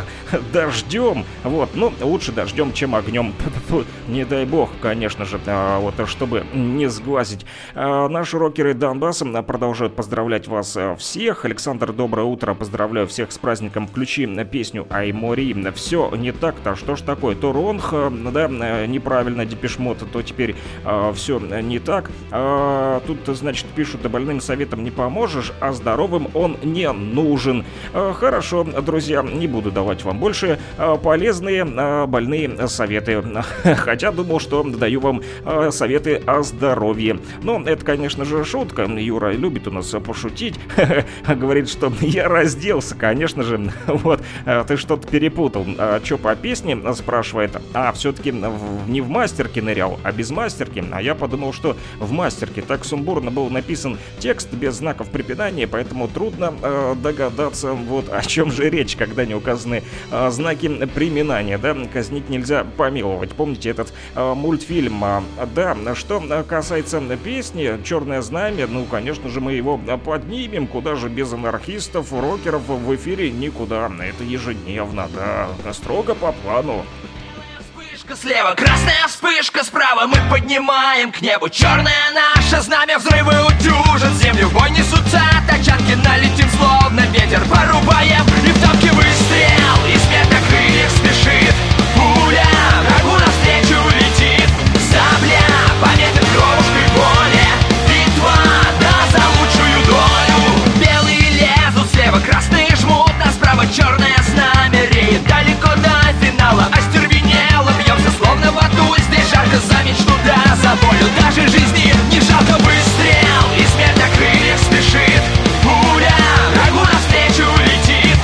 дождем. Вот, ну, лучше дождем, чем огнем. Не дай бог, конечно же, вот, чтобы не сглазить. Наши рокеры Донбасса продолжают поздравлять вас всех. Александр, доброе утро, поздравляю всех с праздником. Включи песню Аймори. Все не так-то, что ж такое? То Ронх, да, неправильно, Депеш Мод, то теперь все не так. Тут, значит, пишут, больным советом не поможешь, а здоровым он не нужен. Хорошо, друзья, не буду давать вам больше полезные больные советы. Хотя думал, что даю вам советы о здоровье. Но это, конечно же, шутка. Юра любит у нас пошутить. Говорит, что я разделся, конечно же. Вот, ты что-то перепутал. Че по песне? Спрашивает. Все-таки не в мастерке нырял, а без мастерки. А я подумал, что в мастерке. Так сумбурно был написан текст без знаков препинания, поэтому трудно догадаться, вот о чем же речь, когда не указаны знаки приминания, да? Казнить нельзя помиловать. Помните этот мультфильм? Да, что касается песни «Черное знамя», ну, конечно же, мы его поднимем, куда же без анархистов, рокеров в эфире никуда. Это ежедневно, да, строго по плану. Вспышка слева, красная вспышка справа, мы поднимаем к небу черное наше знамя, взрывы утюжат землю, в бой несутся тачанки, налетим словно ветер, порубаем, и в танке выстрел, и смерть на крыльях спешит, пуля врагу навстречу летит, сабля пометит кровушкой боли, битва да за лучшую долю, белые лезут слева, красные жмут, а справа черное знамя реет, далеко до финала, остервенело бьемся словно в аду, здесь жарко за мечту да за волю, даже жизни не жалко, выстрел, и смерть на крыльях спешит, пуля врагу навстречу летит,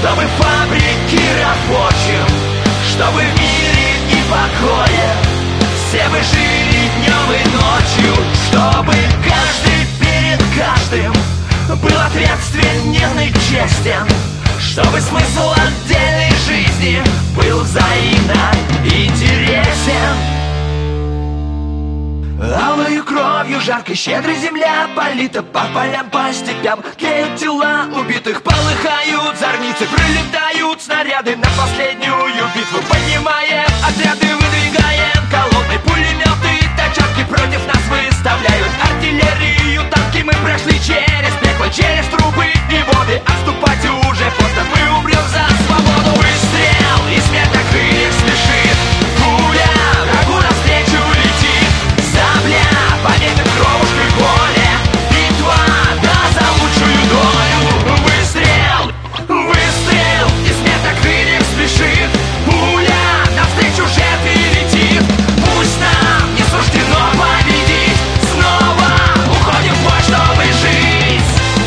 чтобы фабрики рабочим, чтобы в мире и покое все вы жили днем и ночью, чтобы каждый перед каждым был ответственен и честен, чтобы смысл отдельной жизни был взаимно интересен. Алою кровью жаркой щедрой земля полита по полям, по степям. Тлеют тела убитых, полыхают зорницы, прилетают снаряды на последнюю битву. Поднимаем отряды, выдвигаем колонны, пулеметы, тачанки против нас выставляют артиллерию, танки. Мы прошли через пекло, через трубы и воды. Отступать уже поздно, мы умрем за свободу. Выстрел, и смерть на крыльях спешит, пуля врагу навстречу летит. Сабля пометит кровушкой поле, битва да за лучшую долю. Выстрел, выстрел, и смерть на крыльях спешит, пуля навстречу жертве летит. Пусть нам не суждено победить, снова уходим в бой, чтобы жить.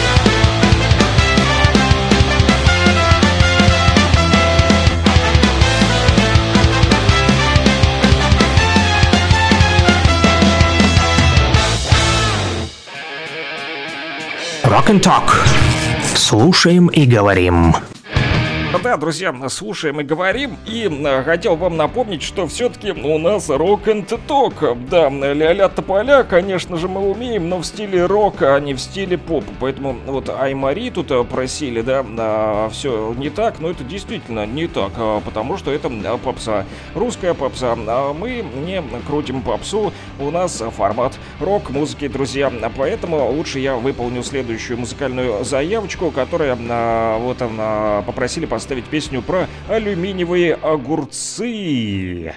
Rock and Talk. Слушаем и говорим. Да, друзья, слушаем и говорим. И хотел вам напомнить, что все-таки у нас рок and talk. Да, ля-ля тополя, конечно же, мы умеем, но в стиле рока, а не в стиле поп. Поэтому вот Аймари тут просили, да, все не так, но это действительно не так, потому что это попса, русская попса. А мы не крутим попсу, у нас формат рок-музыки, друзья. Поэтому лучше я выполню следующую музыкальную заявочку, которая вот попросили поставить песню про алюминиевые огурцы.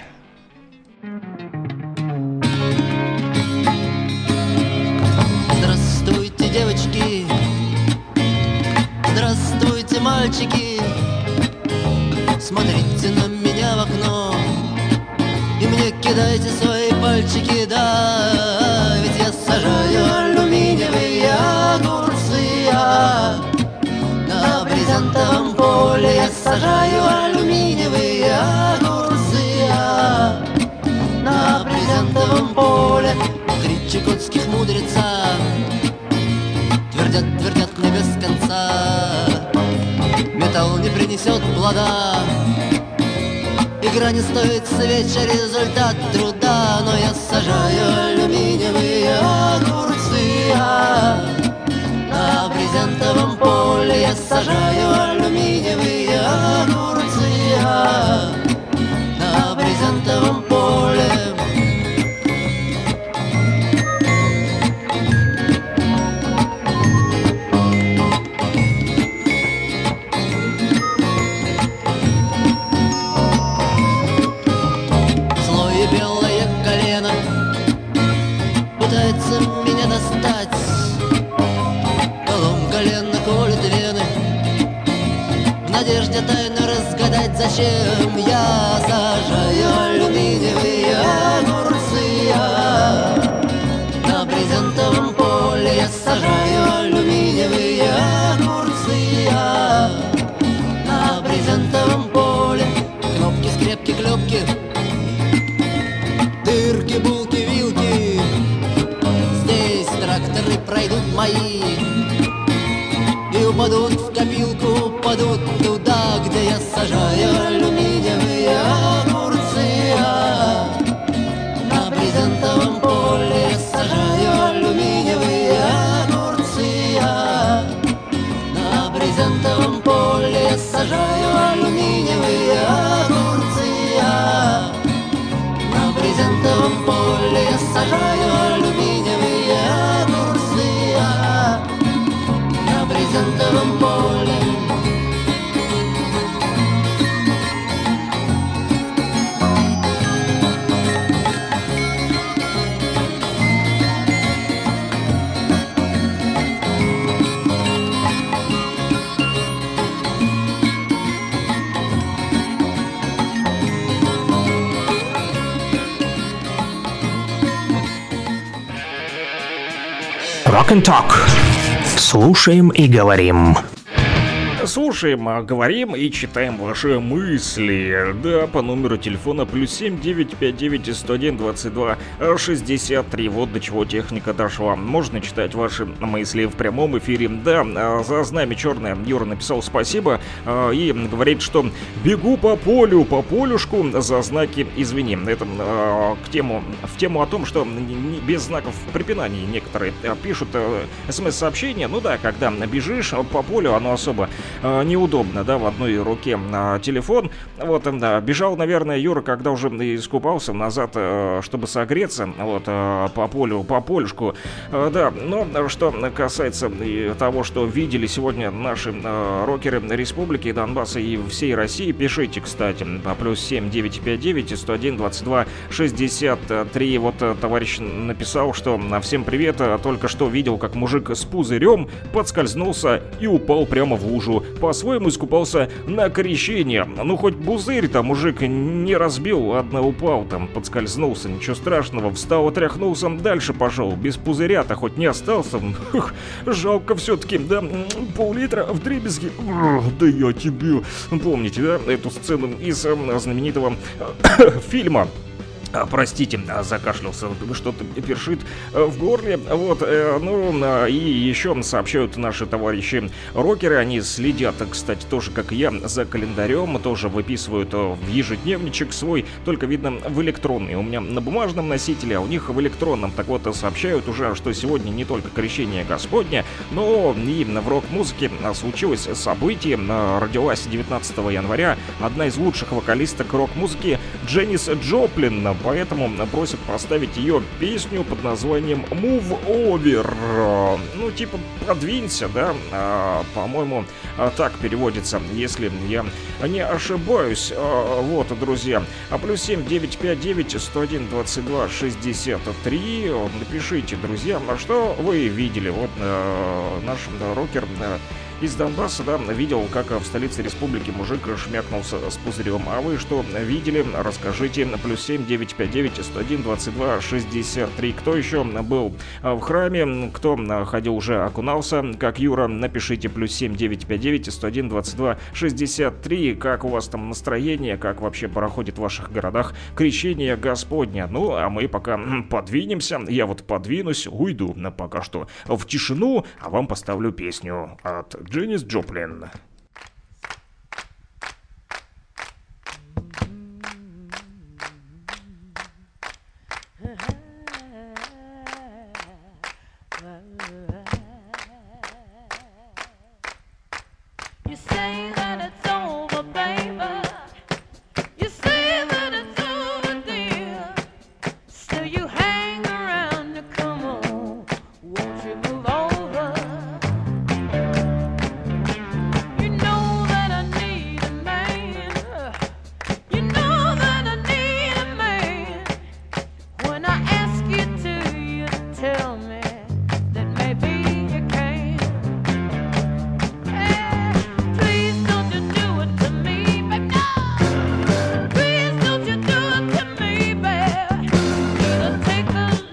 Здравствуйте, девочки, здравствуйте, мальчики. Смотрите на меня в окно и мне кидайте свои пальчики. Да, ведь я сажаю алюминиевые огурцы. На брезентовом поле я сажаю алюминиевые огурцы. На брезентовом поле три чукотских мудреца твердят мне без конца: металл не принесет плода, игра не стоит свеча, результат труда. Но я сажаю алюминиевые огурцы. На брезентовом поле я сажаю алюминиевые огурцы. На брезентовом поле. Злое белое колено пытается меня достать, колено колет вены, в надежде тайну разгадать, зачем я сажаю алюминиевые огурцы. На брезентовом поле я сажаю алюминиевые огурцы. На брезентовом поле кнопки, скрепки, клепки, дырки, булки, вилки. Здесь тракторы пройдут мои и упадут в копилку, упадут туда, где я сажаю алюминиевые огурцы. На брезентовом поле я сажаю алюминиевые огурцы. На брезентовом поле я сажаю алюминиевые огурцы. На брезентовом поле я сажаю алюминиевые огурцы. На брезентовом поле. Rock and Talk. Слушаем и говорим. Слушаем, говорим и читаем ваши мысли. Да, по номеру телефона +7 959 101 22 63. Вот до чего техника дошла. Можно читать ваши мысли в прямом эфире. Да, за знамя черное Юра написал спасибо и говорит, что бегу по полю, по полюшку за знаки извини. Это в тему о том, что без знаков препинаний некоторые пишут смс-сообщения. Ну да, когда бежишь по полю, оно особо неудобно, да, в одной руке телефон. Вот, бежал, наверное, Юра, когда уже искупался назад, чтобы согреться, вот, по полю, по полюшку. Да, но что касается того, что видели сегодня наши рокеры Республики Донбасса и всей России, пишите, кстати, по +7 959 101 22 63. Вот товарищ написал, что всем привет, только что видел, как мужик с пузырем подскользнулся и упал прямо в лужу. По-своему искупался на крещение. Ну, хоть пузырь-то мужик не разбил, ладно, упал там, подскользнулся, ничего страшного, встал, отряхнулся, дальше пошел. Без пузыря-то хоть не остался. Жалко все-таки, да, пол-литра вдребезги. Да я тебе... Помните, да, эту сцену из знаменитого фильма? Простите, закашлялся, что-то першит в горле. Вот, ну, и еще сообщают наши товарищи рокеры, они следят, кстати, тоже, как и я, за календарем, тоже выписывают в ежедневничек свой, только, видно, в электронный. У меня на бумажном носителе, а у них в электронном. Так вот, сообщают уже, что сегодня не только крещение Господне, но и в рок-музыке случилось событие. Родилась 19 января одна из лучших вокалисток рок-музыки Дженнис Джоплин. Поэтому просят поставить ее песню под названием Move Over. Ну, типа, продвинься, да? По-моему, так переводится, если я не ошибаюсь. Вот, друзья. +7 959 101 22 63. Напишите, друзья, что вы видели. Вот наш рокер из Донбасса, да, видел, как в столице республики мужик шмякнулся с пузырем. А вы что видели? Расскажите. +7 959 101 22 63. Кто еще был в храме? Кто ходил, уже окунался, как Юра? Напишите. +7 959 101 22 63. Как у вас там настроение? Как вообще проходит в ваших городах крещение Господня? Ну, а мы пока подвинемся. Я вот подвинусь, уйду пока что в тишину, а вам поставлю песню от Дженнис Джоплин. Take a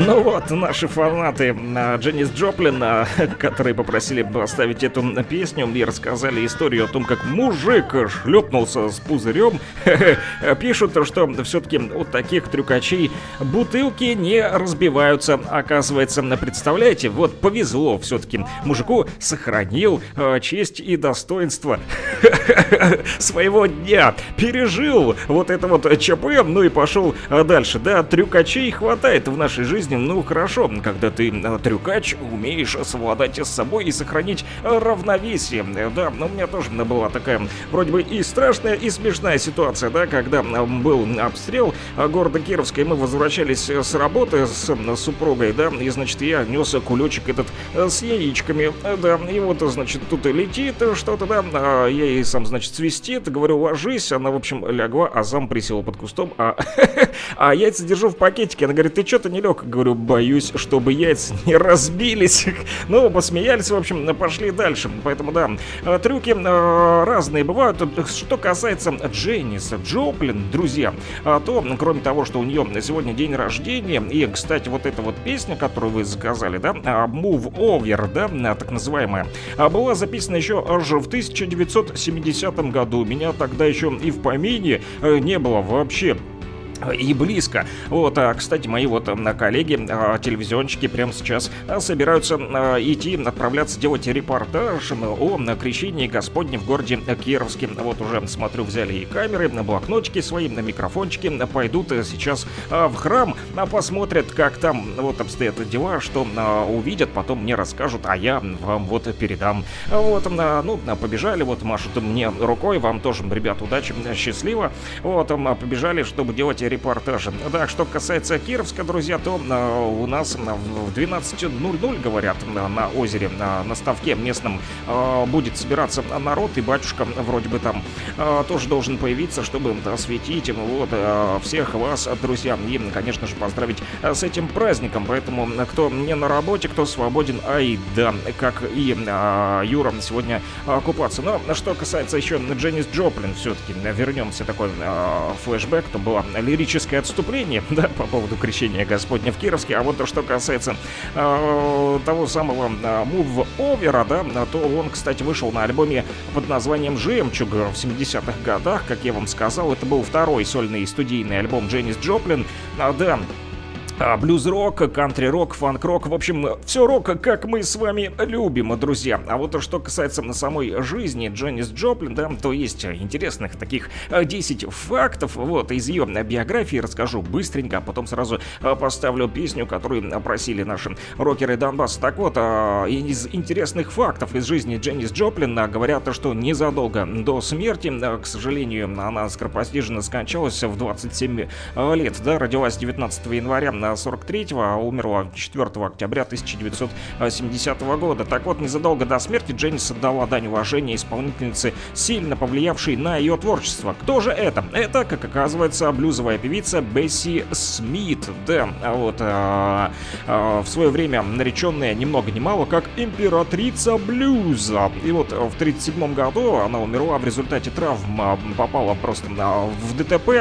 Ну вот, наши фанаты Дженнис Джоплин, которые попросили поставить эту песню и рассказали историю о том, как мужик шлепнулся с пузырем, пишут, что все-таки у таких трюкачей бутылки не разбиваются, оказывается. Представляете, вот повезло все-таки. Мужику сохранил честь и достоинство своего дня. Пережил вот это вот ЧП, ну и пошел дальше. Да, трюкачей хватает в нашей жизни. Ну хорошо, когда ты трюкач, умеешь совладать с собой и сохранить равновесие. Да, но у меня тоже была такая вроде бы и страшная, и смешная ситуация, да, когда был обстрел города Кировска, и мы возвращались с работы с супругой, да, и, значит, я нес кулечек этот с яичками, да, и вот, значит, тут летит что-то, да, я ей сам, значит, свистит, говорю, ложись, она, в общем, лягла, а сам присела под кустом, а яйца держу в пакетике, она говорит, ты что-то не лег? Говорю, боюсь, чтобы яйца не разбились. Ну, посмеялись, в общем, пошли дальше, поэтому, да, трюки разные бывают. Что касается Дженнис Джоплин, друзья, то, кроме того, что у нее сегодня день рождения, и, кстати, вот эта вот песня, которую вы заказали, да, Move Over, да, так называемая, была записана еще аж в 1970 году. Меня тогда еще и в помине не было вообще. И близко. Вот, кстати, мои вот коллеги, телевизионщики прямо сейчас собираются идти, отправляться делать репортаж о крещении Господне в городе Кировске. Вот уже, смотрю, взяли и камеры, блокнотики свои, микрофончики. Пойдут сейчас в храм, посмотрят, как там вот обстоят дела, что увидят, потом мне расскажут, а я вам вот передам. Вот, ну, побежали, вот машут мне рукой, вам тоже, ребят, удачи, счастливо. Вот, побежали, чтобы делать репортажи. Да, что касается Кировска, друзья, то у нас в 12:00, говорят, на озере, на ставке местном будет собираться народ, и батюшка вроде бы там тоже должен появиться, чтобы осветить вот всех вас, друзья, и, конечно же, поздравить с этим праздником. Поэтому кто не на работе, кто свободен, ай да, как и Юра сегодня купаться. Но что касается еще Дженнис Джоплин, все-таки вернемся, такой флешбэк, то было лирическое отступление, да, по поводу крещения Господня в Кировске. А вот что касается того самого Move Over, да, то он, кстати, вышел на альбоме под названием «Жемчуг» в 70-х годах. Как я вам сказал, это был второй сольный студийный альбом Дженнис Джоплин. Да, блюз-рок, кантри-рок, фанк-рок, в общем, все рок, как мы с вами любим, друзья. А вот что касается самой жизни Дженнис Джоплин, да, то есть интересных таких 10 фактов, вот, из ее биографии расскажу быстренько, а потом сразу поставлю песню, которую просили наши рокеры Донбасса. Так вот, из интересных фактов из жизни Дженнис Джоплин говорят, что незадолго до смерти, к сожалению, она скоропостижно скончалась в 27 лет, да, родилась 19 января 43-го, а умерла 4 октября 1970 года. Так вот, незадолго до смерти Дженнис отдала дань уважения исполнительнице, сильно повлиявшей на ее творчество. Кто же это? Это, как оказывается, блюзовая певица Бесси Смит. Да, вот в свое время нареченная ни много ни мало как императрица блюза. И вот в 1937 году она умерла в результате травм, попала просто в ДТП,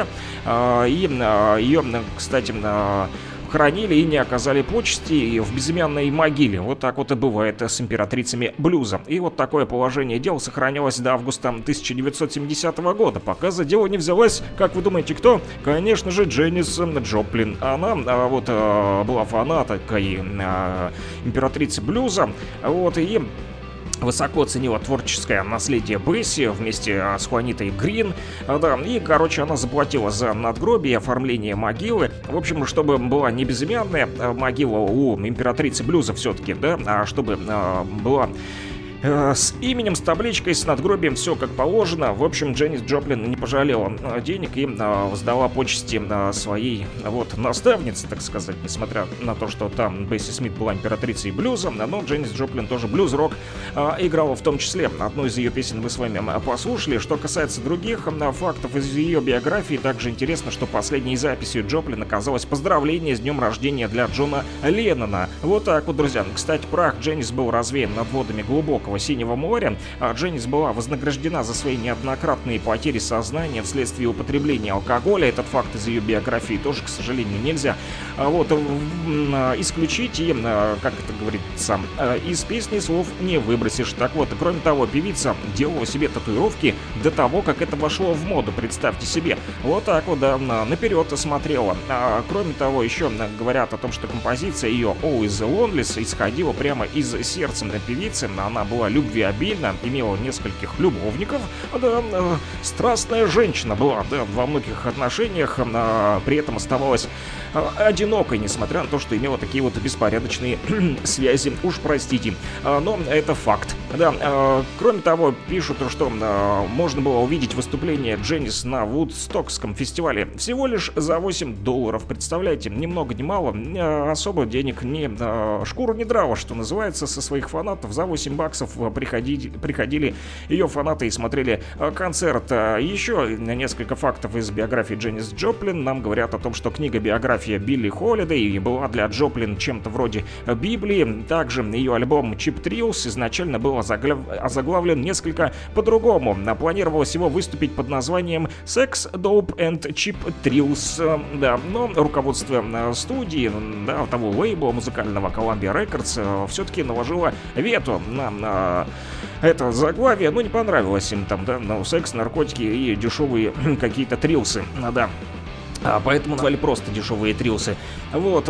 и ее, кстати, хранили и не оказали почести в безымянной могиле. Вот так вот и бывает с императрицами блюза. И вот такое положение дел сохранялось до августа 1970 года, пока за дело не взялась, как вы думаете, кто? Конечно же, Дженнис Джоплин. Она вот была фанаткой императрицы блюза, вот, и высоко ценила творческое наследие Бесси вместе с Хуанитой Грин, да, и, короче, она заплатила за надгробие и оформление могилы, в общем, чтобы была не безымянная могила у императрицы блюза все-таки, да, а чтобы была с именем, с табличкой, с надгробием, все как положено. В общем, Дженнис Джоплин не пожалела денег и сдала почести своей вот наставнице, так сказать, несмотря на то, что там Бесси Смит была императрицей блюза, но Дженнис Джоплин тоже блюз-рок играла в том числе. Одну из ее песен вы с вами послушали. Что касается других фактов из ее биографии, также интересно, что последней записью Джоплин оказалось поздравление с днем рождения для Джона Леннона. Вот так вот, друзья. Кстати, прах Дженнис был развеян над водами глубокого глубокого синего моря. Дженнис была вознаграждена за свои неоднократные потери сознания вследствие употребления алкоголя. Этот факт из ее биографии тоже, к сожалению, нельзя исключить. И, как это говорится, из песни слов не выбросишь. Так вот, кроме того, певица делала себе татуировки до того, как это вошло в моду, представьте себе. Вот так вот, да, наперед смотрела. Кроме того, еще говорят о том, что композиция ее Always Lonely исходила прямо из сердца певицы. Она была любвеобильна, имела нескольких любовников. Да, страстная женщина была, да, во многих отношениях, при этом оставалась одинокой, несмотря на то, что имела такие вот беспорядочные связи. Уж простите, но это факт. Да, кроме того, пишут, что можно было увидеть выступление Дженнис на Вудстокском фестивале всего лишь за $8. Представляете, ни много ни мало, особо денег не шкуру не драла, что называется, со своих фанатов. За $8 приходили ее фанаты и смотрели концерт. Еще несколько фактов из биографии Дженнис Джоплин нам говорят о том, что книга биография Билли Холидей была для Джоплин чем-то вроде Библии. Также ее альбом Cheap Thrills изначально был озаглавлен несколько по-другому. Планировалось его выступить под названием Sex, Dope and Cheap Thrills. Да, но руководство студии, да, того лейбла музыкального Columbia Records все-таки наложило вето на это заглавие. Ну, не понравилось им там, да, секс, наркотики и дешевые какие-то трилсы, да. Поэтому назвали просто дешевые трилсы. Вот,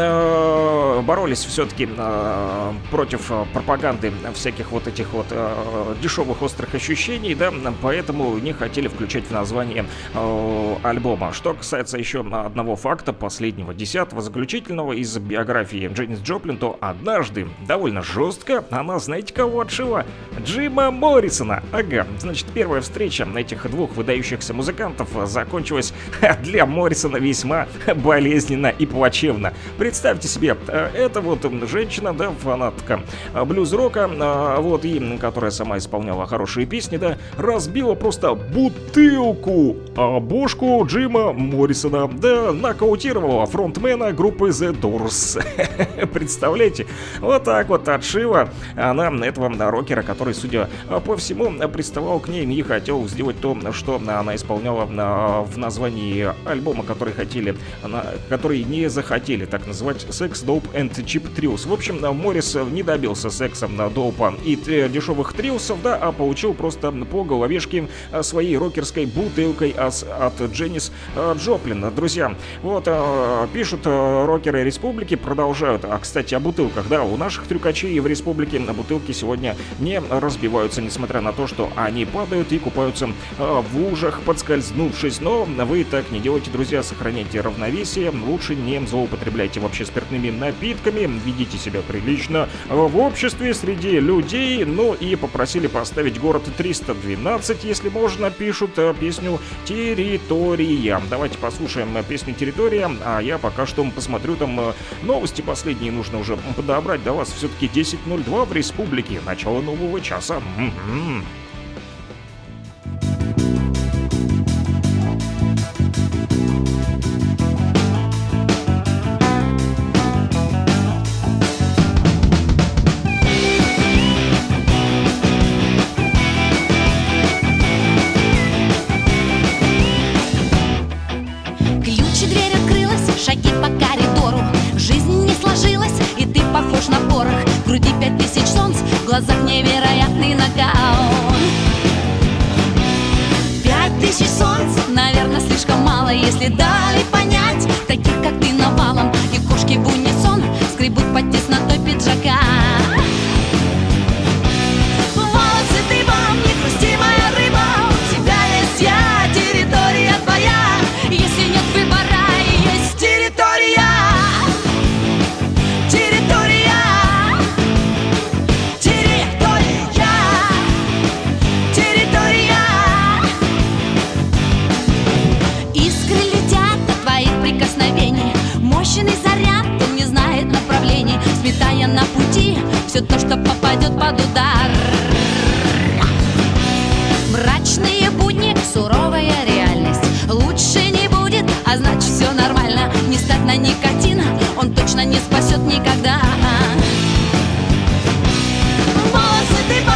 но боролись все-таки против пропаганды всяких вот этих вот дешевых острых ощущений, да, поэтому не хотели включать в название альбома. Что касается еще одного факта, последнего, 10-го, заключительного из биографии Дженнис Джоплин, то однажды, довольно жестко, она, знаете, кого отшила? Джима Моррисона. Ага, значит, первая встреча этих двух выдающихся музыкантов закончилась для Моррисона весьма болезненно и плачевно. Представьте себе, это вот женщина, да, фанатка блюз-рока, вот, и которая сама исполняла хорошие песни, да, разбила просто бутылку о бошку Джима Моррисона, да, нокаутировала фронтмена группы The Doors. Представляете? Вот так вот отшила она этого рокера, который, судя по всему, приставал к ней и хотел сделать то, что она исполняла в названии альбома, который не захотели так называть Sex, Dope and Cheap Thrills. В общем, Моррис не добился секса, доупа и дешевых трилсов, да, а получил просто по головешке своей рокерской бутылкой от Дженнис Джоплин. Друзья, вот пишут рокеры республики, продолжают. Кстати, о бутылках, да, у наших трюкачей в республике бутылки сегодня не разбиваются, несмотря на то, что они падают и купаются в лужах, подскользнувшись. Но вы так не делайте, друзья, сохраняйте равновесие, лучше не злоупотребляйте вообще спиртными напитками, ведите себя прилично в обществе, среди людей. Ну и попросили поставить город 312, если можно, пишут песню «Территория». Давайте послушаем песню «Территория», а я пока что посмотрю там новости последние, нужно уже подобрать до вас. Все-таки 10:02 в республике, начало нового часа. В глазах невероятный нокаут. 5000 солнц, наверное, слишком мало, если дали понять таких, как ты, навалом. И кошки в унисон скребут под теснотой пиджака. Волосы дыбом, не хрусти, моя рыба, у тебя есть я, территория твоя. Если нет выбора, есть территория. Мощный заряд, он не знает направлений, сметая на пути все то, что попадет под удар. Мрачные будни, суровая реальность. Лучше не будет, а значит все нормально. Не стать на никотин, он точно не спасет никогда. Волосы ты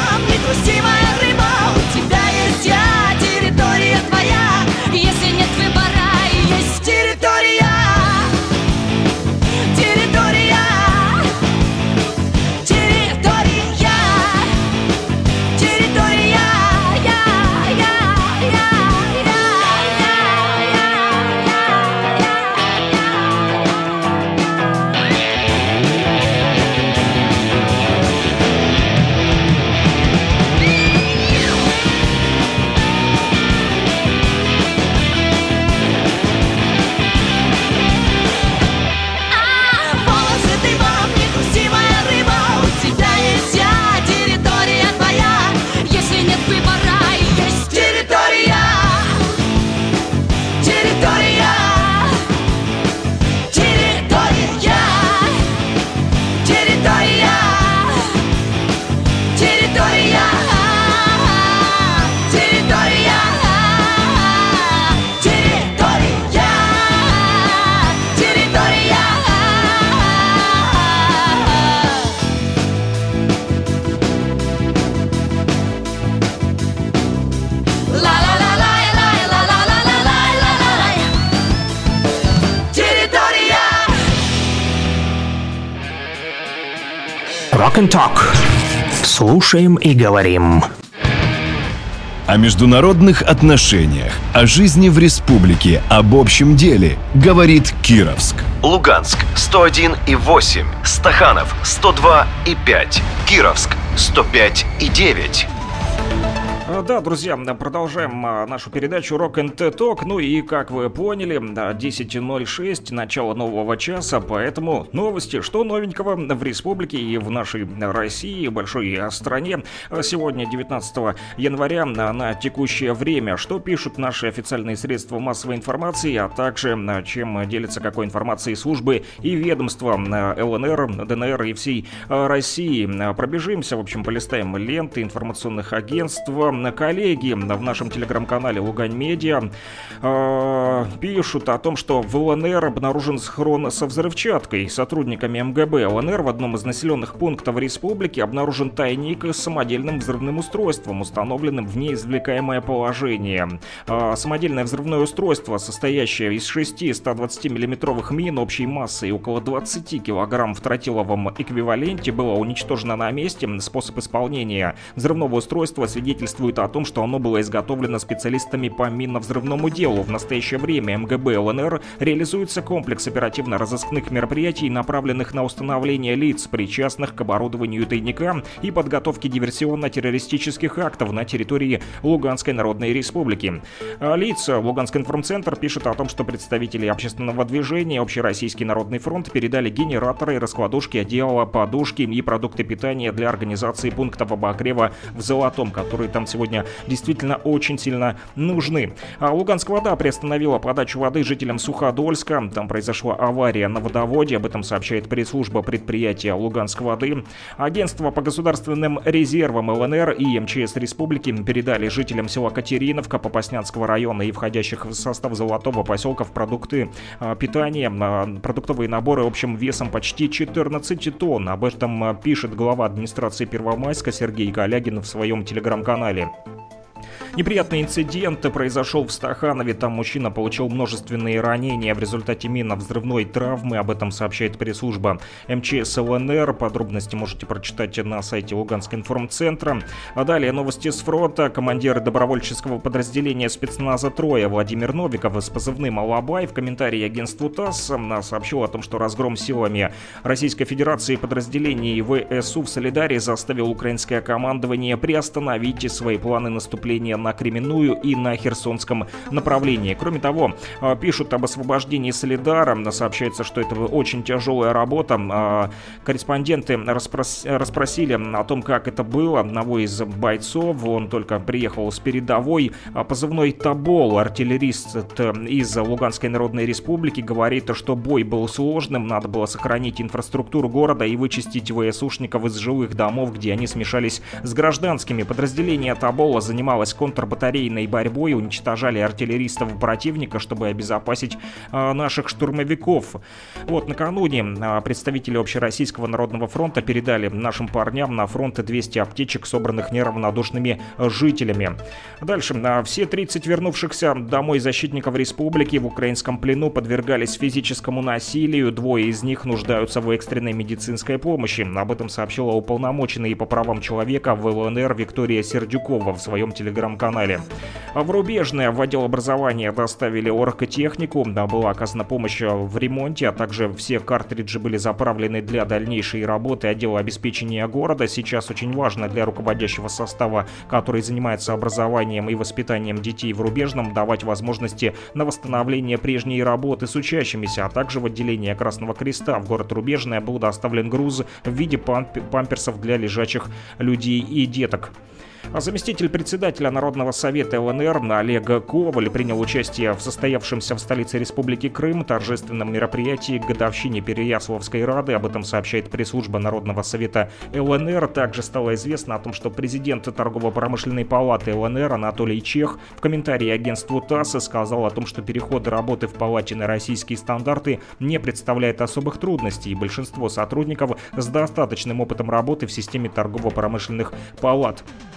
Rock and Talk. Слушаем и говорим. О международных отношениях, о жизни в республике, об общем деле говорит Кировск. Луганск 101,8, Стаханов 102,5, Кировск 105,9. Да, друзья, продолжаем нашу передачу Rock and Talk. Ну и, как вы поняли, 10:06, начало нового часа, поэтому новости, что новенького в республике и в нашей России, большой стране. Сегодня, 19 января, на текущее время, что пишут наши официальные средства массовой информации, а также чем делятся какой информацией службы и ведомства ЛНР, ДНР и всей России. Пробежимся, в общем, полистаем ленты информационных агентств. Коллеги в нашем телеграм-канале Лугань Медиа пишут о том, что в ЛНР обнаружен схрон со взрывчаткой. Сотрудниками МГБ ЛНР в одном из населенных пунктов республики обнаружен тайник с самодельным взрывным устройством, установленным в неизвлекаемое положение. Самодельное взрывное устройство, состоящее из 6 120 миллиметровых мин общей массой около 20 килограмм в тротиловом эквиваленте, было уничтожено на месте. Способ исполнения взрывного устройства свидетельствует о том, что оно было изготовлено специалистами по минно-взрывному делу. В настоящее время МГБ ЛНР реализуется комплекс оперативно-розыскных мероприятий, направленных на установление лиц, причастных к оборудованию тайника и подготовке диверсионно-террористических актов на территории Луганской Народной Республики. Лица Луганский информцентр пишет о том, что представители общественного движения Общероссийский народный фронт передали генераторы, раскладушки, одеяла, подушки и продукты питания для организации пунктов обогрева в Золотом, которые там сегодня действительно очень сильно нужны. Луганск-Вода приостановила подачу воды жителям Суходольска. Там произошла авария на водоводе. Об этом сообщает пресс-служба предприятия Луганск-Воды. Агентство по государственным резервам ЛНР и МЧС Республики передали жителям села Катериновка Попаснянского района и входящих в состав Золотого поселков продукты питания, продуктовые наборы общим весом почти 14 тонн. Об этом пишет глава администрации Первомайска Сергей Калягин в своем телеграм-канале. Неприятный инцидент произошел в Стаханове. Там мужчина получил множественные ранения в результате минно-взрывной травмы. Об этом сообщает пресс-служба МЧС ЛНР. Подробности можете прочитать на сайте Луганского информцентра. А далее новости с фронта. Командир добровольческого подразделения спецназа «Троя» Владимир Новиков с позывным «Алабай» в комментарии агентству ТАСС сообщил о том, что разгром силами Российской Федерации подразделений ВСУ в Солидаре заставил украинское командование приостановить свои планы наступления на Кременную и на Херсонском направлении. Кроме того, пишут об освобождении Солидара. Сообщается, что это очень тяжелая работа. Корреспонденты расспросили о том, как это было. Одного из бойцов, он только приехал с передовой. Позывной «Тобол», артиллерист из Луганской Народной Республики, говорит, что бой был сложным. Надо было сохранить инфраструктуру города и вычистить ВСУшников из жилых домов, где они смешались с гражданскими. Подразделение «Тобола» занималось контрбатарейной борьбой, уничтожали артиллеристов противника, чтобы обезопасить наших штурмовиков. Вот, накануне представители Общероссийского народного фронта передали нашим парням на фронт 200 аптечек, собранных неравнодушными жителями. Дальше. Все 30 вернувшихся домой защитников республики в украинском плену подвергались физическому насилию. Двое из них нуждаются в экстренной медицинской помощи. Об этом сообщила уполномоченная по правам человека в ЛНР Виктория Сердюкова в своем телеграм-канале. В Рубежное в отдел образования доставили оргтехнику, была оказана помощь в ремонте, а также все картриджи были заправлены для дальнейшей работы отдела обеспечения города. Сейчас очень важно для руководящего состава, который занимается образованием и воспитанием детей в Рубежном, давать возможности на восстановление прежней работы с учащимися, а также в отделение Красного Креста в город Рубежное был доставлен груз в виде памперсов для лежачих людей и деток. Заместитель председателя Народного совета ЛНР Олег Коваль принял участие в состоявшемся в столице Республики Крым торжественном мероприятии к годовщине Переяславской Рады. Об этом сообщает пресс-служба Народного совета ЛНР. Также стало известно о том, что президент Торгово-промышленной палаты ЛНР Анатолий Чех в комментарии агентству ТАСС сказал о том, что переход работы в палате на российские стандарты не представляет особых трудностей, и большинство сотрудников с достаточным опытом работы в системе торгово-промышленных палат.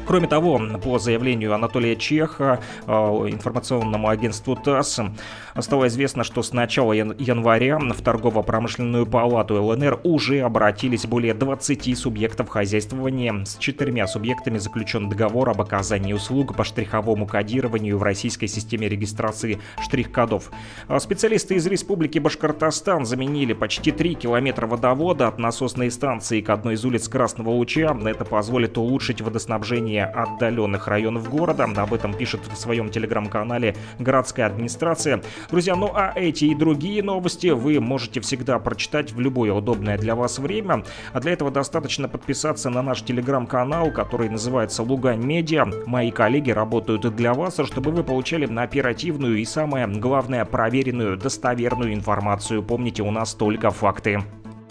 Кроме того, по заявлению Анатолия Чеха, информационному агентству ТАСС, стало известно, что с начала января в торгово-промышленную палату ЛНР уже обратились более 20 субъектов хозяйствования. С 4 субъектами заключен договор об оказании услуг по штриховому кодированию в российской системе регистрации штрих-кодов. Специалисты из Республики Башкортостан заменили почти 3 километра водовода от насосной станции к одной из улиц Красного Луча. Это позволит улучшить водоснабжение отдаленных районов города. Об этом пишет в своем телеграм-канале городская администрация. Друзья, ну а эти и другие новости вы можете всегда прочитать в любое удобное для вас время. А для этого достаточно подписаться на наш телеграм-канал, который называется Лугань Медиа. Мои коллеги работают для вас, чтобы вы получали оперативную и, самое главное, проверенную, достоверную информацию. Помните, у нас только факты.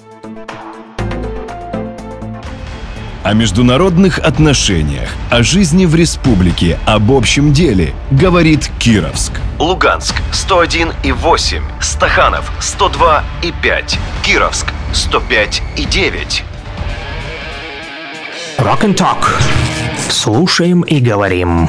О международных отношениях, о жизни в республике, об общем деле говорит Кировск. Луганск 101,8, Стаханов 102,5, Кировск 105,9. Rock and Talk. Слушаем и говорим.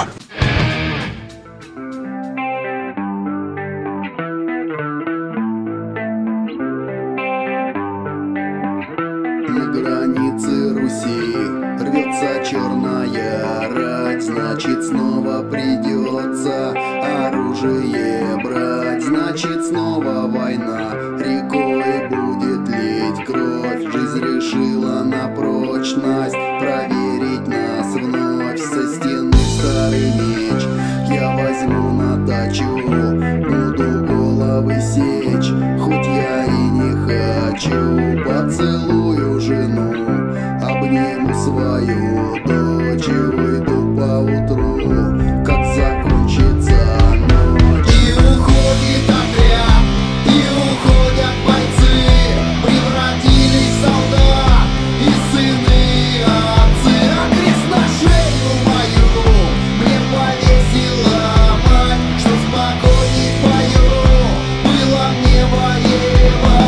На границе Руси рвется черная рать, значит снова придется оружие брать, значит снова война рекой будет лить кровь. Жизнь решила на прочность проверить нас вновь. Со стены старый меч я возьму на дачу, буду головы сечь, хоть я и не хочу. Поцелую жену, обниму свою дочь и выйду поутру, как закончится ночь. И уходит отряд, и уходят бойцы, превратились в солдат и сыны отцы. А крест на шею мою мне повесила мать, что спокойней пою, было мне воевать.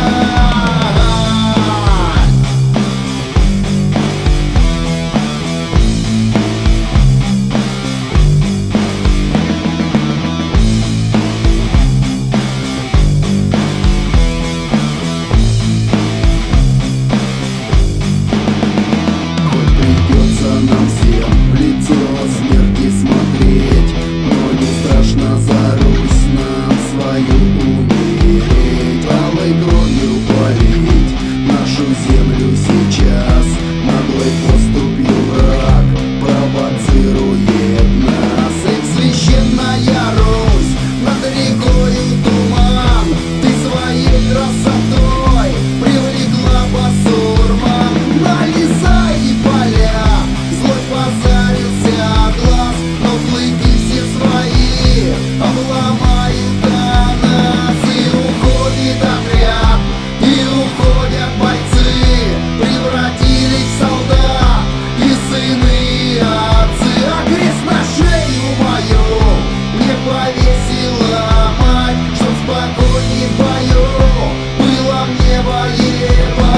Придется нам всем в лицо смерти смотреть, но не страшно за Русь нам свою умереть. Алой кровью полить нашу землю сейчас, наглой поступью враг провоцирует нас. И священная Русь над рекою туман, ты своей красотой привлекла басурман. На леса и поля злой позарился глаз, но клыки все свои обломают до нас. И уходит отряд, и уходят бойцы, превратились в солдат и сыны отцы. А крест на шею мою мне повесила мать, чтоб спокойней в бою было мне воевать.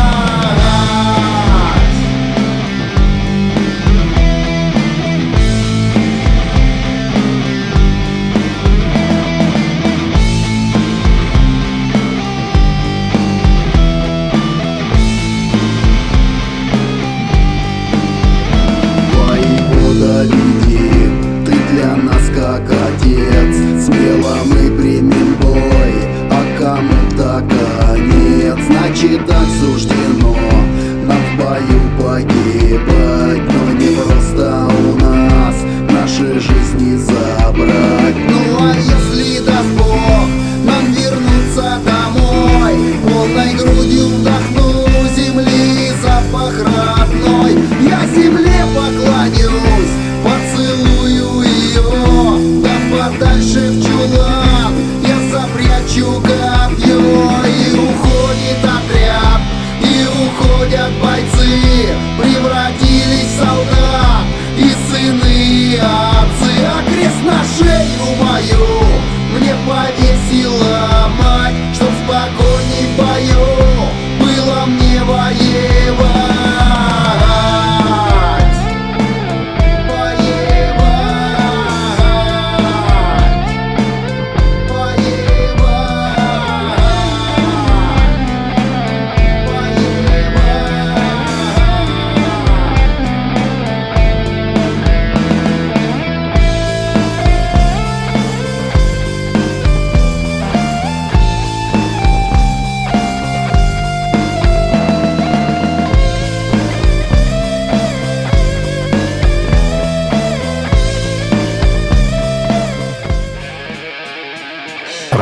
Воевода, веди, ты для нас как отец, смело мы примем бой, а кому-то конец. Значит, так суждено нам в бою погибать, но не просто у нас наши жизни забрать. Ну а если даст Бог нам вернуться домой, полной грудью вдохну земли запах родной, я земле поклонюсь, поцелую ее, да подальше в чулан я запрячу копье. И уходит отряд, и уходят бойцы, превратились в солдат и сыны отцы. А крест на шею мою мне повесила мать, чтоб спокойней в бою было мне воевать.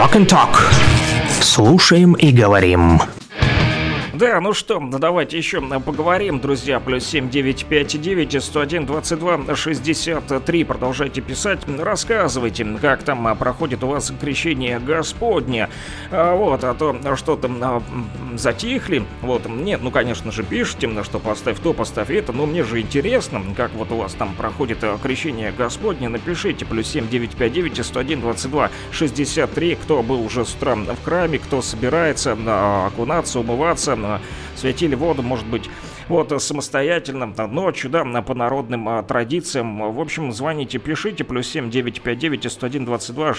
Walk and Talk. Слушаем и говорим. Да, ну что, давайте еще поговорим, друзья. Плюс 7959 101 22 63. Продолжайте писать, рассказывайте, как там проходит у вас крещение Господне. Вот, а то что-то затихли. Вот, нет, ну, конечно же, пишите, что поставь то, поставь это. Но мне же интересно, как вот у вас там проходит крещение Господне. Напишите, плюс 7959 101 22 63. Кто был уже с утра в храме, кто собирается окунаться, умываться, светили воду, может быть, вот, самостоятельно, ночью, да, по народным традициям. В общем, звоните, пишите, плюс 7959 101 22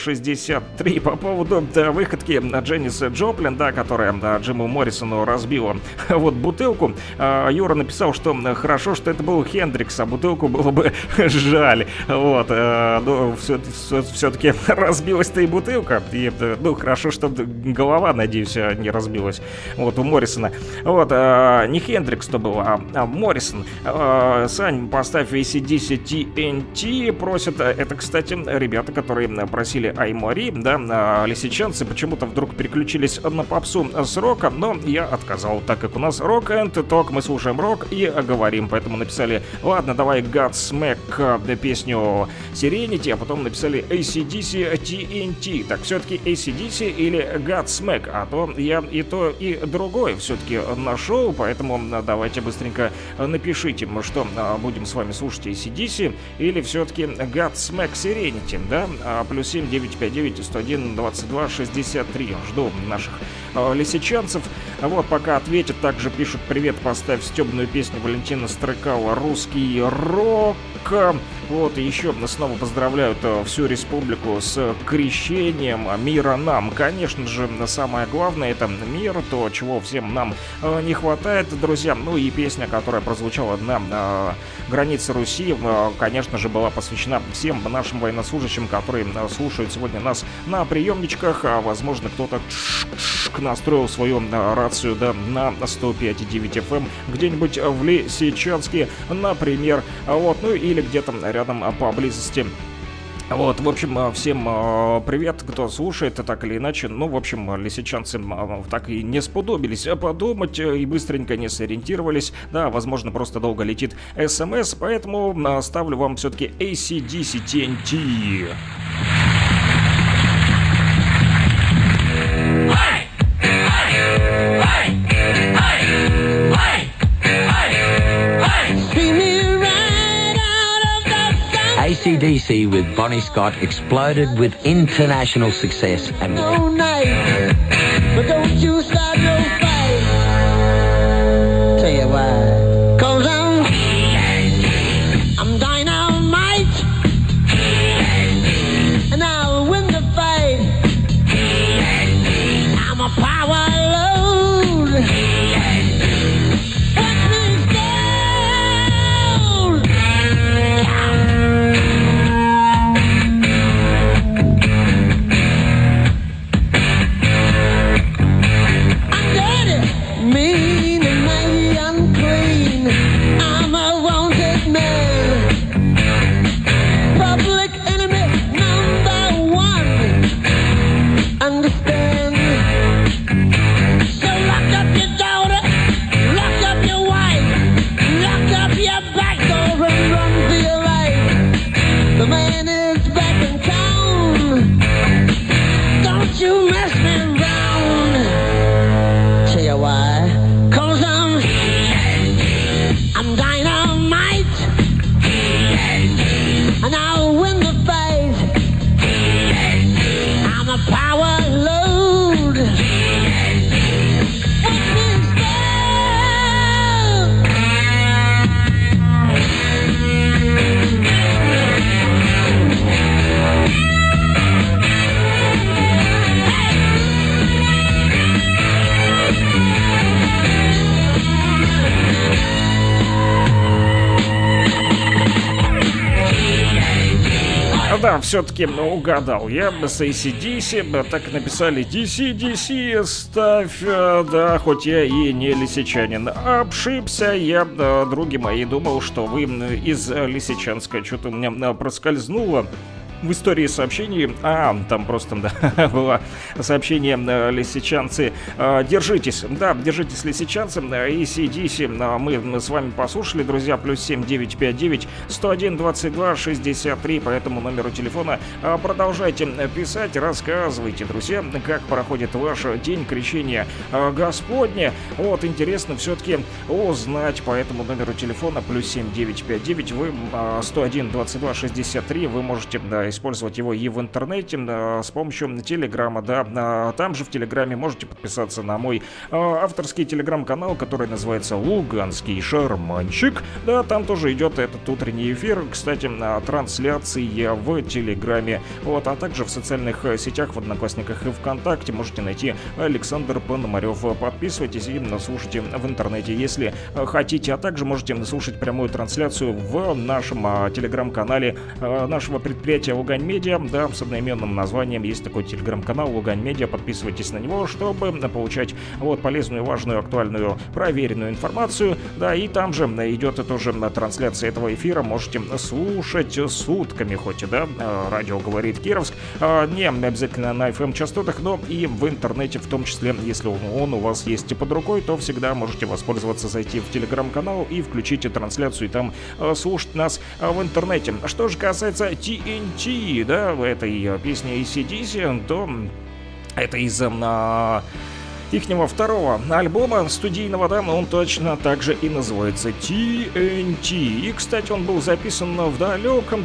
63. По поводу выходки Дженнис Джоплин, да, которая Джиму Моррисону разбила вот бутылку. Юра написал, что хорошо, что это был Хендрикс, а бутылку было бы жаль. Вот, но все-таки разбилась-то и бутылка. И, ну, хорошо, что голова, надеюсь, не разбилась. Вот, у Моррисона. Вот, не Хендрикс то был, а Моррисон. Сань, поставь AC/DC TNT, просят. Это, кстати, ребята, которые просили Аймори, да, лисичанцы почему-то вдруг переключились на попсу с рока, но я отказал, так как у нас рок and talk, мы слушаем рок и говорим, поэтому написали, ладно, давай Godsmack, песню Serenity, а потом написали AC/DC TNT. Так, все-таки AC/DC или Godsmack, а то я и то, и другое все-таки нашел, поэтому давайте быстренько напишите, что будем с вами слушать AC/DC или все-таки Godsmack Serenity, да? Плюс 7 959 101 22 63. Жду наших лисичанцев. Вот, пока ответят, также пишут: привет, поставь стебную песню Валентина Стрыкала «Русский рок». Вот, и еще снова поздравляют всю республику с крещением. Мира нам. Конечно же, самое главное — это мир, то, чего всем нам не хватает, друзья. Ну и песня, которая прозвучала на границе Руси, конечно же, была посвящена всем нашим военнослужащим, которые слушают сегодня нас на приемничках. А возможно, кто-то настроил свою рацию, да, на 105,9 FM где-нибудь в Лисичанске, например. Вот, ну или где-то рядом поблизости. Вот, в общем, всем привет, кто слушает, так или иначе. Ну, в общем, лисичанцы так и не сподобились подумать и быстренько не сориентировались. Да, возможно, просто долго летит СМС, поэтому ставлю вам все-таки AC/DC TNT. AC/DC with Bonnie Scott exploded with international success and no night, but don't you start no fight. Tell you why. 'Cause I'm dynamite, and I'll win the fight. I'm a power load. Да, все-таки угадал. Я с AC/DC, так написали DC ставь, да, хоть я и не лисичанин. Обшибся я, други мои, думал, что вы из Лисичанска. Что-то у меня проскользнуло. в истории сообщений. Там просто, да, было сообщение лисичанцы. Держитесь, да, держитесь, лисичанцы. AC/DC мы с вами послушали, друзья. +7 959 101 22 63 по этому номеру телефона. Продолжайте писать, рассказывайте, друзья, как проходит ваш день крещения Господня. Вот, интересно все-таки узнать по этому номеру телефона. +7 959 вы 101 22 63. Вы можете, да, использовать его и в интернете с помощью Телеграма, да. Там же в Телеграме можете подписаться на мой авторский телеграм-канал, который называется «Луганский шарманщик». Да, там тоже идет этот утренний эфир. Кстати, трансляции в Телеграме. Вот, а также в социальных сетях, в Одноклассниках и ВКонтакте можете найти Александр Пономарев. Подписывайтесь и слушайте в интернете, если хотите. А также можете слушать прямую трансляцию в нашем телеграм-канале нашего предприятия Лугань Медиа. Да, с одноименным названием есть такой телеграм-канал Лугань Медиа. Подписывайтесь на него, чтобы получать вот полезную, важную, актуальную, проверенную информацию. Да, и там же идет тоже трансляция этого эфира. Можете слушать сутками, хоть и, да, радио говорит Кировск, не обязательно на FM-частотах, но и в интернете, в том числе, если он у вас есть под рукой, то всегда можете воспользоваться, зайти в телеграм-канал и включить трансляцию, и там слушать нас в интернете. Что же касается TNT, да, этой песни AC/DC, то это из ихнего второго альбома студийного, да, он точно так же и называется TNT. И, кстати, он был записан в далеком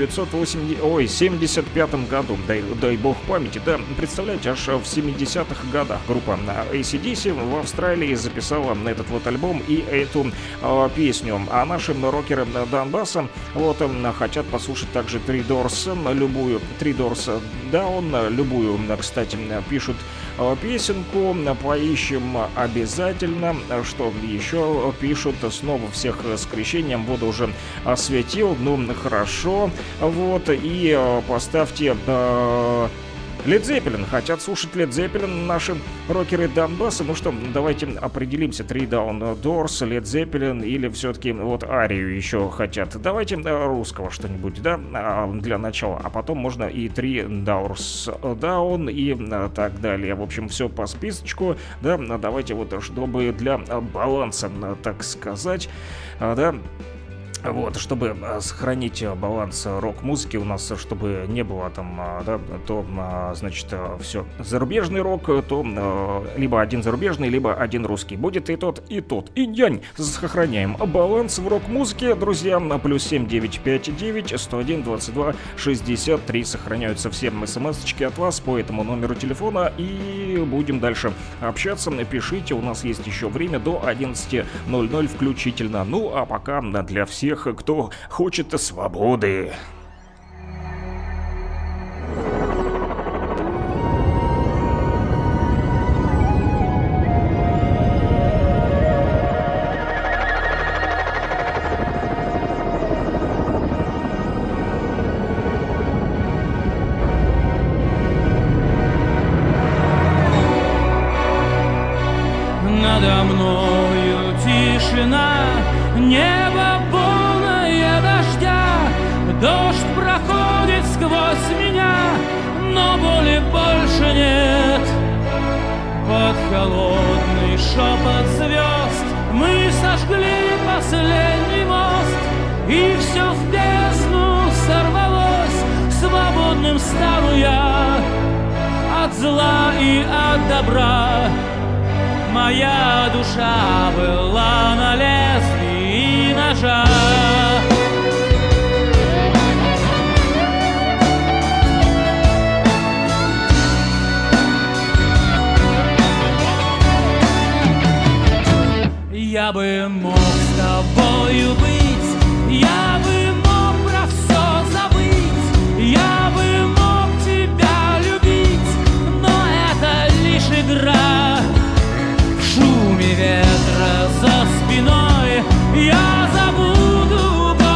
1975 году, дай бог памяти, да, представляете, аж в 70-х годах группа AC/DC в Австралии записала этот вот альбом и эту песню. А наши рокеры Донбасса вот хотят послушать также Three Doors, любую Three Doors Down, любую, кстати, пишут песенку, поищем обязательно. Что еще пишут? Снова всех с крещением, воду уже осветил, ну хорошо. Вот, и поставьте Led Zeppelin. Хотят слушать Led Zeppelin наши рокеры Донбасса. Ну что, давайте определимся. Three Down Doors, Led Zeppelin или все-таки вот арию еще хотят. Давайте русского что-нибудь, да, для начала. А потом можно и Three Doors Down и так далее. В общем, все по списочку, да. Давайте вот, чтобы для баланса, так сказать, да, вот, чтобы сохранить баланс рок-музыки у нас, чтобы не было там, да, то, значит, все зарубежный рок, то либо один зарубежный, либо один русский. Будет и тот, инь-янь. Сохраняем баланс в рок-музыке, друзья. +7 959 101 22 63. Сохраняются все смс-очки от вас по этому номеру телефона. И будем дальше общаться. Пишите, у нас есть еще время до 11:00 включительно. Ну, а пока для всех, кто хочет свободы. Надо мною тишина, небо полное дождя, дождь проходит сквозь меня, но боли больше нет. Под холодный шепот звезд мы сожгли последний мост, и все в бездну сорвалось, свободным стану я от зла и от добра. Моя душа была на лезвии ножа. Я бы мог с тобою быть, я бы мог про все забыть, я бы мог тебя любить, но это лишь игра. В шуме ветра за спиной я забуду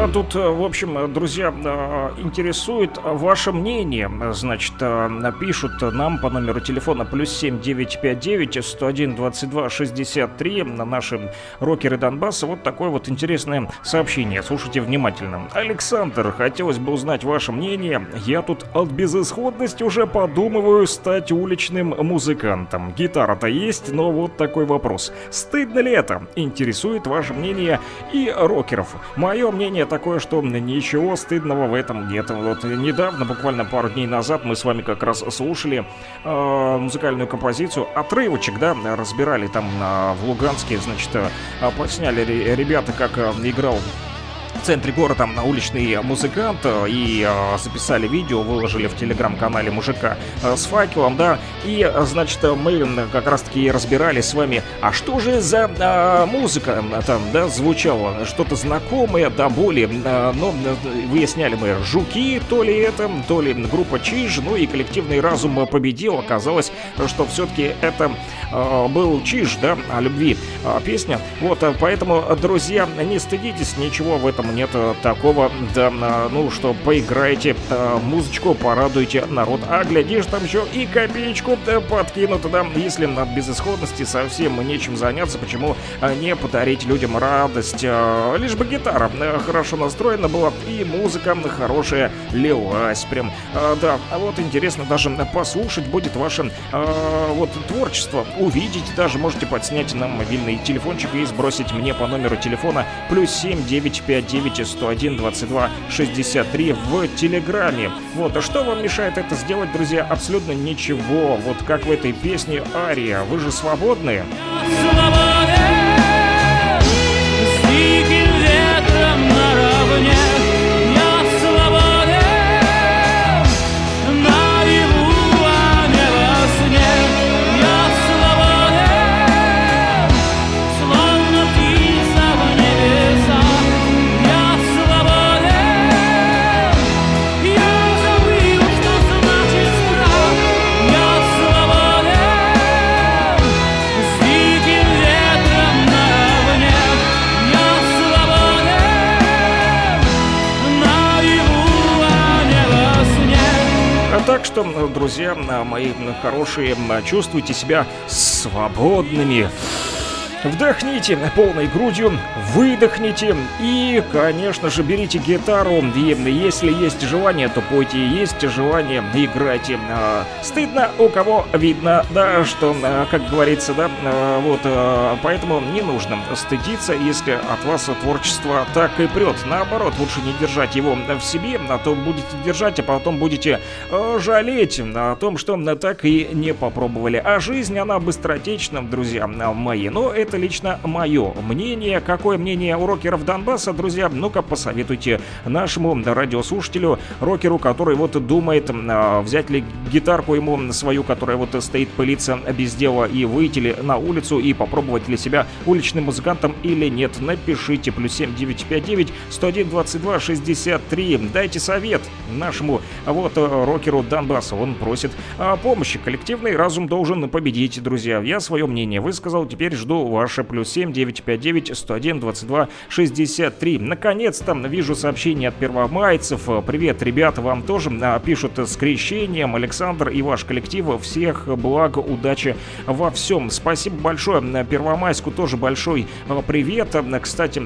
Тут, в общем, друзья, интересует ваше мнение. Значит, пишут нам по номеру телефона +7 959 101 22 63 на наши рокеры Донбасса. Вот такое вот интересное сообщение. Слушайте внимательно. Александр, хотелось бы узнать ваше мнение. Я тут от безысходности уже подумываю стать уличным музыкантом. Гитара-то есть, но вот такой вопрос. Стыдно ли это? Интересует ваше мнение и рокеров. Мое мнение такое, что ничего стыдного в этом нет. Вот недавно, буквально пару дней назад, мы с вами как раз слушали музыкальную композицию, отрывочек, да, разбирали там в Луганске, значит, посняли ребята, как играл в центре города на уличный музыкант, и записали видео, выложили в телеграм-канале мужика с факелом, да, и, значит, мы как раз-таки разбирали с вами, а что же за музыка там, да, звучала, что-то знакомое, да, более, но выясняли мы, Жуки, то ли это, то ли группа Чиж, ну и коллективный разум победил, оказалось, что все-таки это был Чиж, да, о любви песня, вот, поэтому, друзья, не стыдитесь, ничего в этом нет такого, да, ну что, поиграйте музычку, порадуйте народ, а глядишь, там еще и копеечку подкинут, да, если от безысходности совсем нечем заняться, почему не подарить людям радость, лишь бы гитара хорошо настроена была и музыка хорошая лилась, прям, да, а вот интересно даже послушать будет ваше вот творчество, увидеть, даже можете подснять нам мобильный телефончик и сбросить мне по номеру телефона +7 959 101 22 63 в Телеграме. Вот, а что вам мешает это сделать, друзья? Абсолютно ничего. Вот как в этой песне «Ария». Вы же свободны? Так что, друзья мои хорошие, чувствуйте себя свободными. Вдохните полной грудью, выдохните и, конечно же, берите гитару. И если есть желание, то пойте. Есть желание, играйте. Стыдно, у кого видно, да, что, как говорится, да, вот, поэтому не нужно стыдиться, если от вас творчество так и прет. Наоборот, лучше не держать его в себе, а то будете держать, а потом будете жалеть о том, что так и не попробовали. А жизнь, она быстротечна, друзья мои. Но это лично мое мнение. Какое мнение у рокеров Донбасса, друзья? Ну-ка, посоветуйте нашему радиослушателю, рокеру, который вот думает, взять ли гитарку ему свою, которая вот стоит пылиться без дела, и выйти ли на улицу и попробовать ли себя уличным музыкантом или нет. Напишите +7 959 101 22 63. Дайте совет нашему вот рокеру Донбасса. Он просит помощи. Коллективный разум должен победить, друзья. Я свое мнение высказал, теперь жду ваше +7 959 101 22 63. Наконец-то вижу сообщение от первомайцев. Привет, ребята, вам тоже пишут с крещением. Александр и ваш коллектив. Всех благ, удачи во всем. Спасибо большое. Первомайску тоже большой привет. Кстати,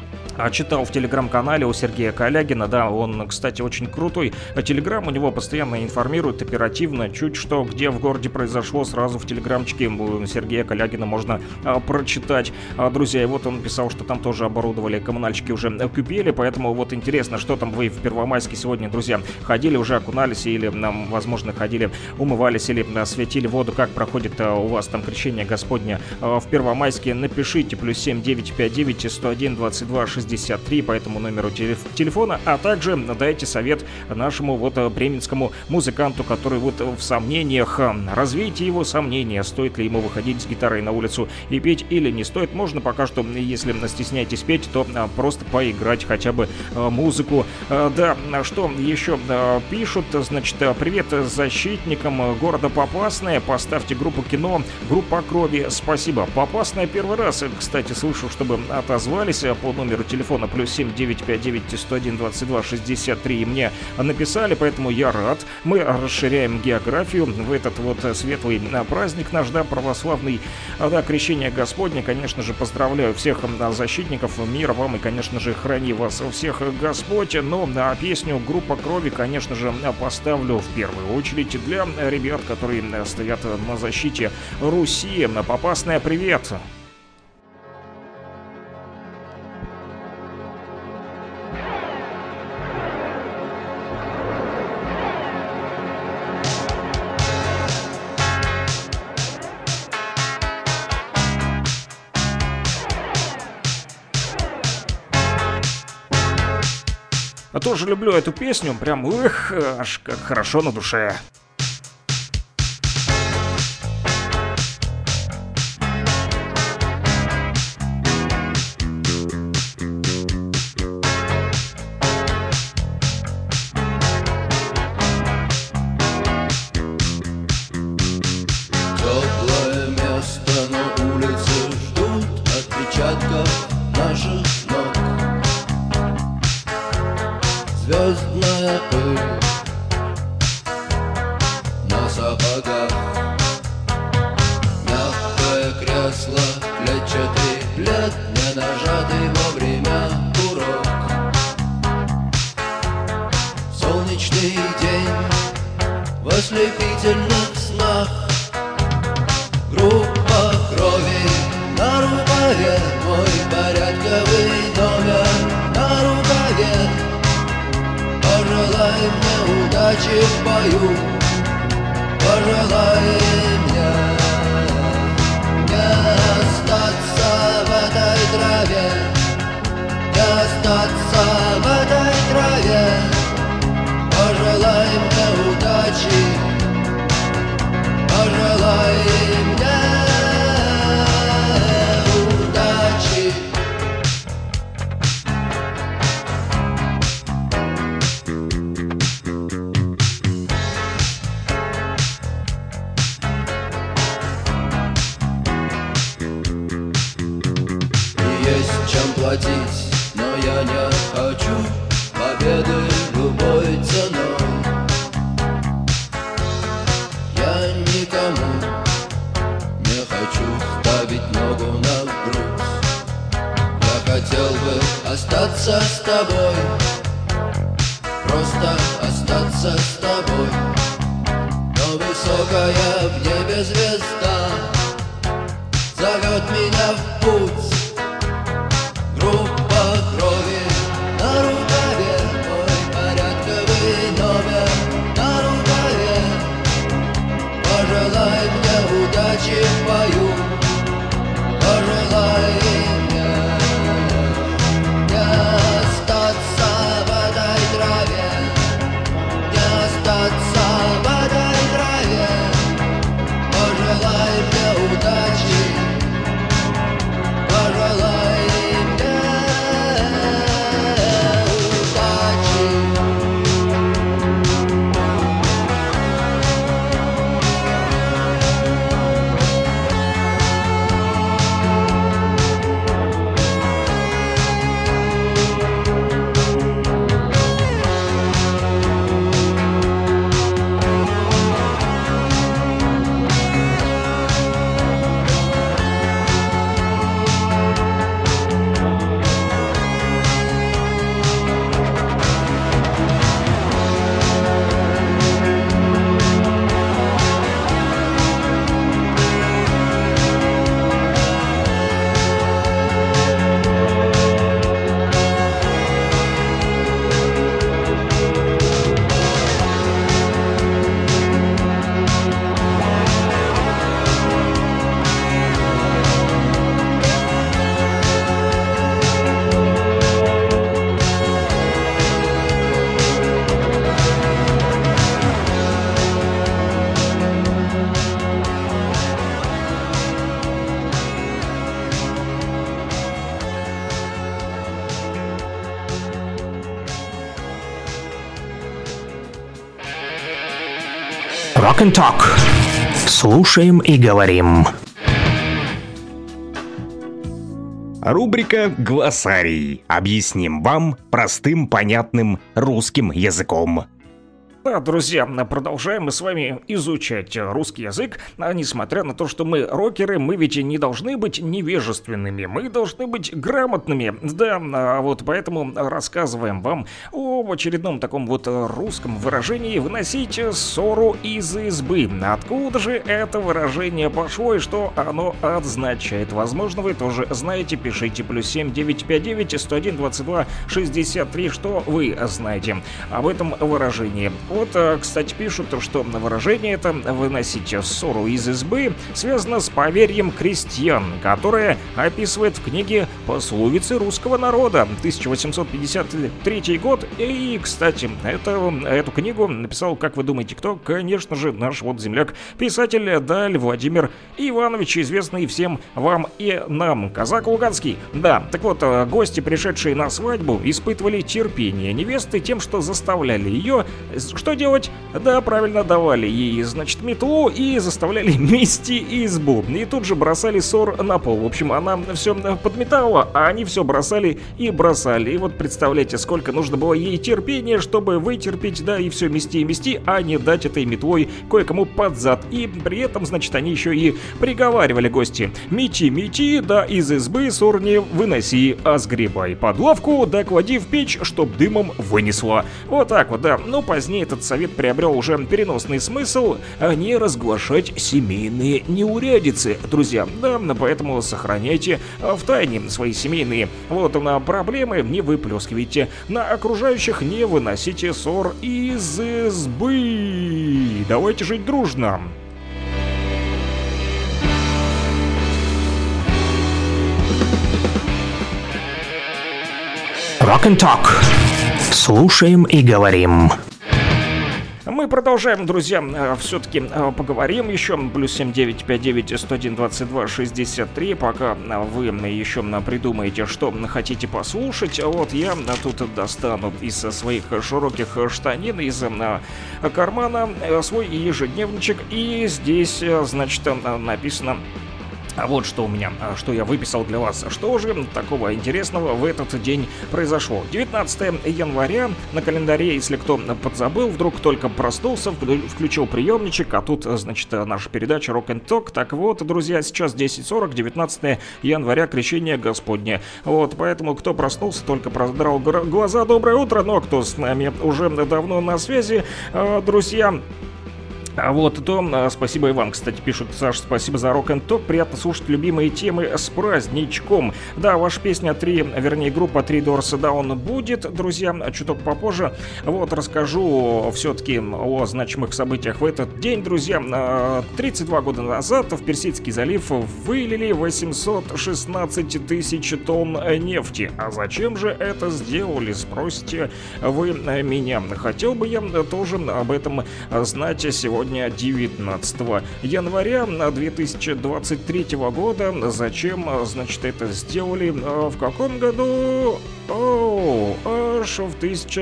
читал в телеграм-канале у Сергея Калягина, да, он, кстати, очень крутой телеграм, у него постоянно информирует оперативно, чуть что, где в городе произошло, сразу в телеграмчике у Сергея Калягина можно прочитать. Друзья, и вот он писал, что там тоже оборудовали, коммунальщики уже купили, поэтому вот интересно, что там вы в Первомайске сегодня, друзья, ходили, уже окунались или, возможно, ходили, умывались или светили воду, как проходит у вас там крещение Господне в Первомайске, напишите +7 959 101 22 63 по этому номеру телефона, а также дайте совет нашему вот бременскому музыканту, который вот в сомнениях. Развейте его сомнения, стоит ли ему выходить с гитарой на улицу и петь или не стоит. Можно пока что, если стесняетесь петь, то просто поиграть хотя бы музыку. Да, что еще пишут, значит, привет защитникам города Попасное, поставьте группу кино, группа крови, спасибо. Попасное первый раз, кстати, слышу, чтобы отозвались по номеру телефона +7 959 101 22 63 мне написали, поэтому я рад. Мы расширяем географию в этот вот светлый праздник наш, да, православный, да, крещение Господне. Конечно же, поздравляю всех защитников, мира вам и, конечно же, храни вас всех Господь. Но на песню «Группа крови», конечно же, поставлю в первую очередь для ребят, которые стоят на защите Руси. Попасная, привет! Тоже люблю эту песню, прям, аж как хорошо на душе. Теплое место на улице ждут отпечатков наших ног. Звездная пыль на сапогах, мягкое кресло, клетчатый плед, не нажатый вовремя курок. Солнечный день в ослепительных снах, группа крови на рукаве, мой порядковый номер на рукаве. Пожелай мне удачи в бою, пожелай мне не остаться в этой траве, не остаться в этой траве. Пожелай мне удачи, пожелай мне удачи. Платить, но я не хочу победы любой ценой. Я никому не хочу ставить ногу на грудь. Я хотел бы остаться с тобой, просто остаться с тобой. Но высокая в небе звезда зовет меня в путь. Группа крови на рукаве, мой порядковый номер на рукаве. Пожелай мне удачи в бою, пожелай мне не остаться в этой траве, не остаться в этой траве. Пожелай мне удачи, пожелай. Rock and Talk. Слушаем и говорим. Рубрика «Глоссарий». Объясним вам простым, понятным русским языком. Да, друзья, продолжаем мы с вами изучать русский язык. Несмотря на то, что мы рокеры, мы ведь не должны быть невежественными, мы должны быть грамотными. Да, вот поэтому рассказываем вам об очередном таком вот русском выражении «выносить ссору из избы». Откуда же это выражение пошло и что оно означает? Возможно, вы тоже знаете, пишите +7 959 101 22 63, что вы знаете об этом выражении. Вот, кстати, пишут, что выражение это «выносить ссору из избы» связано с поверьем крестьян, которое описывает в книге «Пословицы русского народа» 1853 год. И, кстати, эту книгу написал, как вы думаете, кто? Конечно же, наш вот земляк, писатель Даль Владимир Иванович, известный всем вам и нам, казак луганский. Да, так вот, гости, пришедшие на свадьбу, испытывали терпение невесты тем, что заставляли ее... Что делать? Да, правильно, давали ей, значит, метлу и заставляли мести избу. И тут же бросали ссор на пол. В общем, она все подметала, а они все бросали и бросали. И вот представляете, сколько нужно было ей терпения, чтобы вытерпеть, да, и все мести, а не дать этой метлой кое-кому под зад. И при этом, значит, они еще и приговаривали гости: мети, да из избы ссор не выноси, а сгребай под лавку, да клади в печь, чтоб дымом вынесла. Вот так вот, да. Но позднее этот совет приобрел уже переносный смысл — не разглашать семейные неурядицы, друзья. Да, поэтому сохраняйте в тайне свои семейные на проблемы, не выплескивайте на окружающих, не выносите ссор из избы. Давайте жить дружно. Rock and Talk. Слушаем и говорим. Мы продолжаем, друзья, все-таки поговорим еще. +7 959 101 22 63. Пока вы еще придумаете, что хотите послушать. Вот я тут достану из своих широких штанин, из кармана свой ежедневничек. И здесь, значит, написано... А вот что у меня, что я выписал для вас. Что же такого интересного в этот день произошло? 19 января на календаре, если кто подзабыл, вдруг только проснулся, включил приемничек, а тут, значит, наша передача Rock and Talk. Так вот, друзья, сейчас 10:40, 19 января, крещение Господне. Вот, поэтому, кто проснулся, только продрал глаза, доброе утро, но кто с нами уже давно на связи, друзья... Вот, то спасибо и вам, кстати, пишут: Саш, спасибо за Rock and Talk, приятно слушать любимые темы с праздничком. Да, ваша песня группа Three Doors Down будет, друзья, чуток попозже. Вот, расскажу все-таки о значимых событиях в этот день, друзья. 32 года назад в Персидский залив вылили 816 тысяч тонн нефти. А зачем же это сделали, спросите вы меня. Хотел бы я тоже об этом знать сегодня. 19 января 2023 года. Зачем, значит, это сделали? В каком году? Аж в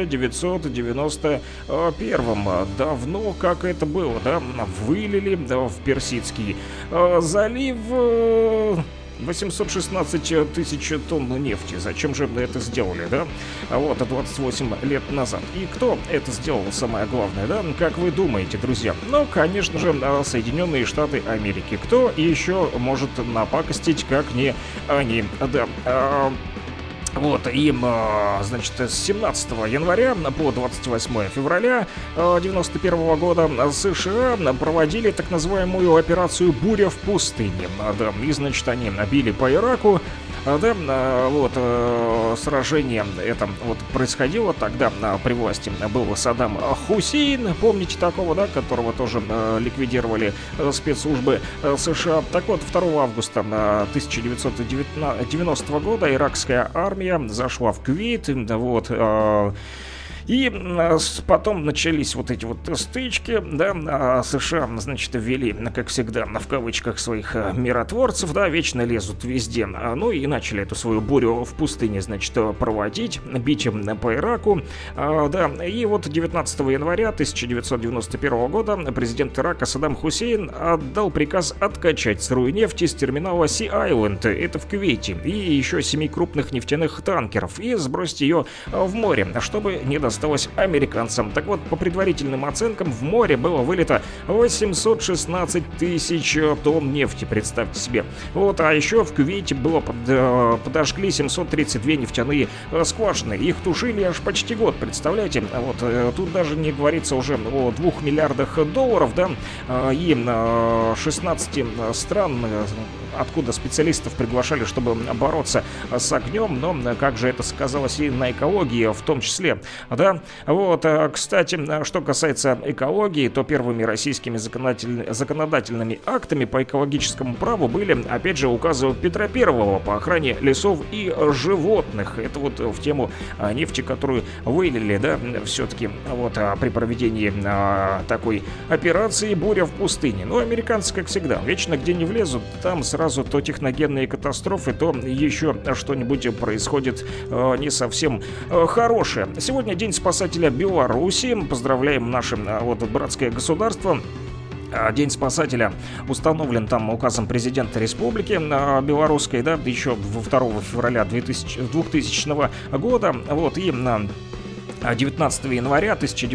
1991. Давно как это было, да? Вылили в Персидский залив 816 тысяч тонн нефти. Зачем же это сделали, да? Вот, 28 лет назад. И кто это сделал, самое главное, да? Как вы думаете, друзья? Ну, конечно же, Соединенные Штаты Америки. Кто еще может напакостить, как не они? Да. Вот, им, значит, с 17 января по 28 февраля 91 года США проводили так называемую операцию «Буря в пустыне». Да, и, значит, они били по Ираку. Да, вот, сражение это вот происходило тогда, при власти был Саддам Хусейн, помните такого, да, которого тоже ликвидировали спецслужбы США. Так вот, 2 августа 1990 года иракская армия зашла в Кувейт, вот, И потом начались вот эти вот стычки, да, а США, значит, ввели, как всегда, в кавычках своих миротворцев, да, вечно лезут везде, ну и начали эту свою бурю в пустыне, значит, проводить, бить по Ираку, да, и вот 19 января 1991 года президент Ирака Саддам Хусейн отдал приказ откачать сырую нефть из терминала Си-Айленд, это в Кувейте, и еще 7 крупных нефтяных танкеров, и сбросить ее в море, чтобы не досталось американцам. Так вот, по предварительным оценкам, в море было вылито 816 тысяч тонн нефти, представьте себе. Вот, а еще в Кувейте было подожгли 732 нефтяные скважины. Их тушили аж почти год, представляете? Вот, тут даже не говорится уже о 2 миллиардах долларов, да, и 16 стран, откуда специалистов приглашали, чтобы бороться с огнем, но как же это сказалось и на экологии в том числе, да? Вот, кстати, что касается экологии, то первыми российскими законодательными актами по экологическому праву были, опять же, указы Петра I по охране лесов и животных. Это вот в тему нефти, которую вылили, да, все-таки вот при проведении такой операции «Буря в пустыне». Ну, американцы, как всегда, вечно где не влезут, там сразу то техногенные катастрофы, то еще что-нибудь происходит не совсем хорошее. Сегодня День спасателя Беларуси. Поздравляем наше вот братское государство. День спасателя установлен там указом президента Республики Белорусской, да, еще 2 февраля 2000 года. Вот, и 19 января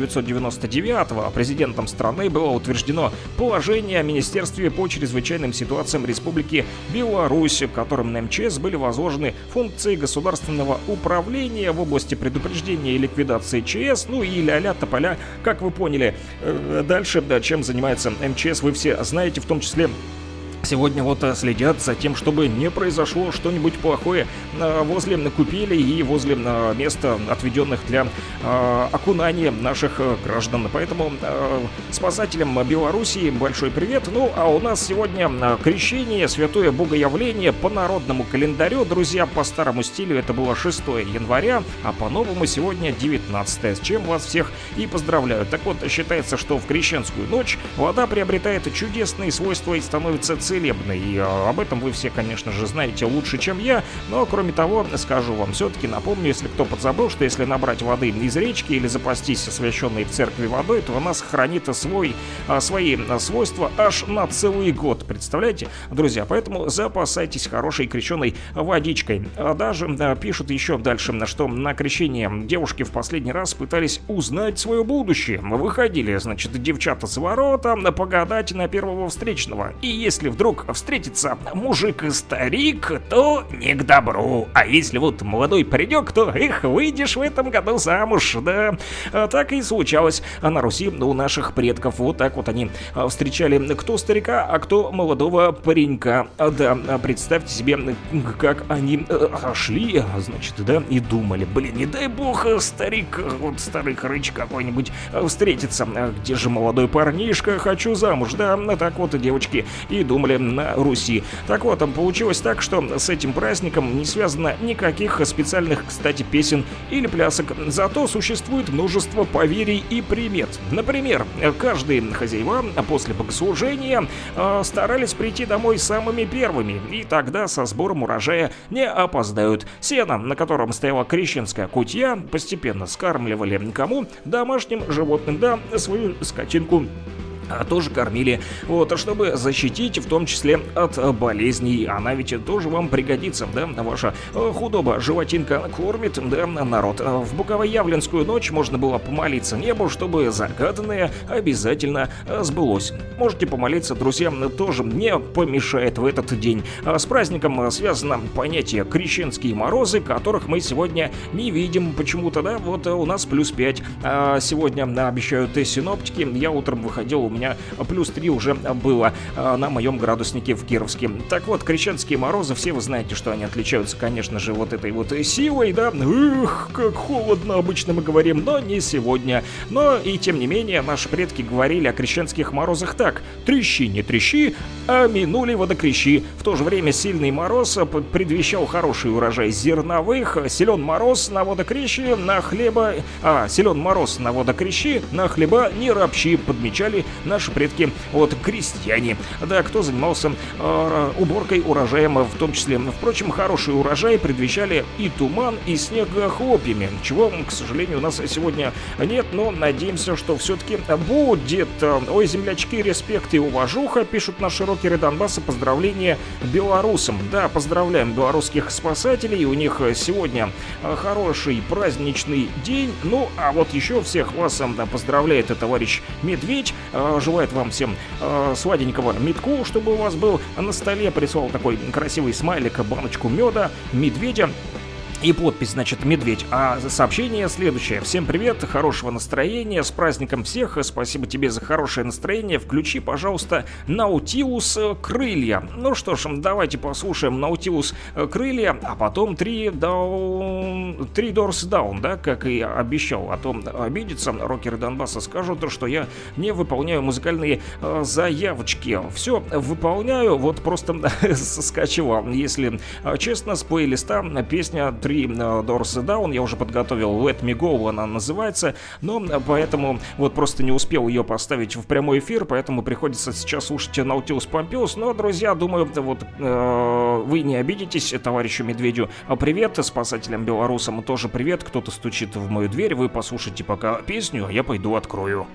1999 президентом страны было утверждено положение о Министерстве по чрезвычайным ситуациям Республики Беларусь, которым на МЧС были возложены функции государственного управления в области предупреждения и ликвидации ЧС, ну и ля-ля тополя, как вы поняли. Дальше, да, чем занимается МЧС, вы все знаете, в том числе. Сегодня вот следят за тем, чтобы не произошло что-нибудь плохое возле купелей и возле места, отведенных для окунания наших граждан. Поэтому спасателям Белоруссии большой привет. Ну, а у нас сегодня крещение, святое богоявление по народному календарю. Друзья, по старому стилю это было 6 января, а по новому сегодня 19, с чем вас всех и поздравляю. Так вот, считается, что в крещенскую ночь вода приобретает чудесные свойства и становится целебной. И об этом вы все, конечно же, знаете лучше, чем я. Но, кроме того, скажу вам, все-таки напомню, если кто подзабыл, что если набрать воды из речки или запастись освященной в церкви водой, то она сохранит свои свойства аж на целый год. Представляете, друзья? Поэтому запасайтесь хорошей крещеной водичкой. Даже пишут еще дальше, что на крещение девушки в последний раз пытались узнать свое будущее. Выходили, значит, девчата с ворота погадать на первого встречного. И если вдруг встретится мужик и старик, то не к добру. А если вот молодой паренек, то выйдешь в этом году замуж, да. Так и случалось на Руси у наших предков. Вот так вот они встречали кто старика, а кто молодого паренька. Да, представьте себе, как они шли, значит, да, и думали, блин, не дай бог старик, вот старый хрыч какой-нибудь встретится. Где же молодой парнишка, хочу замуж, да. Так вот девочки и думали на Руси. Так вот, получилось так, что с этим праздником не связано никаких специальных, кстати, песен или плясок. Зато существует множество поверий и примет. Например, каждые хозяева после богослужения старались прийти домой самыми первыми, и тогда со сбором урожая не опоздают. Сено, на котором стояла крещенская кутья, постепенно скармливали кому? Домашним животным, да, свою скотинку тоже кормили, вот, чтобы защитить в том числе от болезней. Она ведь тоже вам пригодится, да, ваша худоба, животинка кормит, да, народ. В Богоявленскую ночь можно было помолиться небу, чтобы загаданное обязательно сбылось. Можете помолиться, друзья, тоже не помешает в этот день. С праздником связано понятие крещенские морозы, которых мы сегодня не видим почему-то, да, вот у нас +5. Сегодня обещают синоптики, я утром выходил, меня плюс 3 уже было на моем градуснике в Кировске. Так вот, крещенские морозы, все вы знаете, что они отличаются, конечно же, вот этой вот силой, да, эх, как холодно обычно мы говорим, но не сегодня. Но и тем не менее, наши предки говорили о крещенских морозах так: трещи, не трещи, а минули водокрещи. В то же время сильный мороз предвещал хороший урожай зерновых, силен мороз на водокрещи, на хлеба, силен мороз на водокрещи, на хлеба не ропщи, подмечали наши предки, вот, крестьяне. Да, кто занимался уборкой урожаем в том числе. Впрочем, хороший урожай предвещали и туман, и снег хлопьями, чего, к сожалению, у нас сегодня нет, но надеемся, что все-таки будет. Ой, землячки, респект и уважуха, пишут наши рокеры Донбасса, поздравления белорусам. Да, поздравляем белорусских спасателей, у них сегодня хороший праздничный день. Ну, а вот еще всех вас поздравляет товарищ Медведь, желает вам всем сладенького медку, чтобы у вас был на столе, прислал такой красивый смайлик, баночку меда, медведя. И подпись, значит, «Медведь». А сообщение следующее. Всем привет, хорошего настроения, с праздником всех, спасибо тебе за хорошее настроение. Включи, пожалуйста, «Наутилус крылья». Ну что ж, давайте послушаем «Наутилус крылья», а потом «Three Doors Down», да, как и обещал. А то обидятся рокеры Донбасса, скажут, что я не выполняю музыкальные заявочки. Все выполняю, вот просто соскочила, если честно, с плейлиста песня «Three Doors Down», я уже подготовил «Let Me Go», она называется, но поэтому вот просто не успел ее поставить в прямой эфир, поэтому приходится сейчас слушать Наутилус Помпилиус. Но, друзья, думаю, вот вы не обидитесь товарищу Медведю. Привет спасателям белорусам, тоже привет. Кто-то стучит в мою дверь, вы послушайте пока песню, а я пойду открою.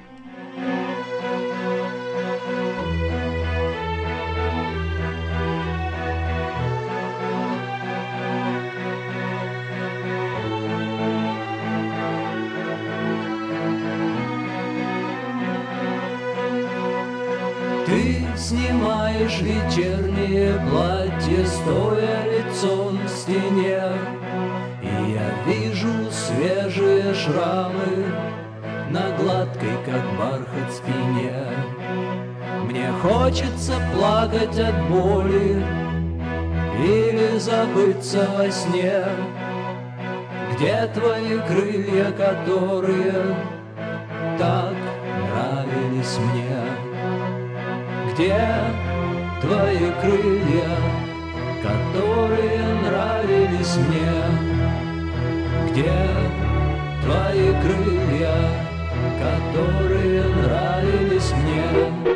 Ты снимаешь вечернее платье, стоя лицом к стене, и я вижу свежие шрамы на гладкой, как бархат, спине. Мне хочется плакать от боли или забыться во сне. Где твои крылья, которые так нравились мне? Где твои крылья, которые нравились мне? Где твои крылья, которые нравились мне?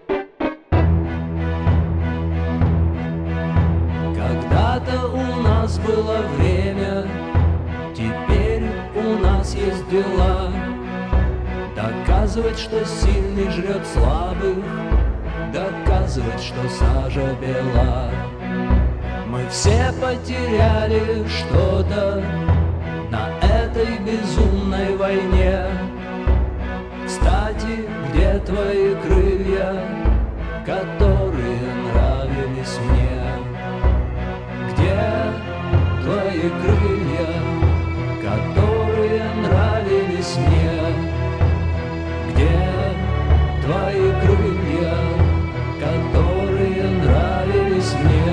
Когда-то у нас было время, теперь у нас есть дела. Доказывать, что сильный жрет слабых, доказывать, что сажа бела. Мы все потеряли что-то на этой безумной войне. Кстати, где твои крылья, которые нравились мне? Где твои крылья, которые нравились мне? Где твои крылья, которые нравились мне?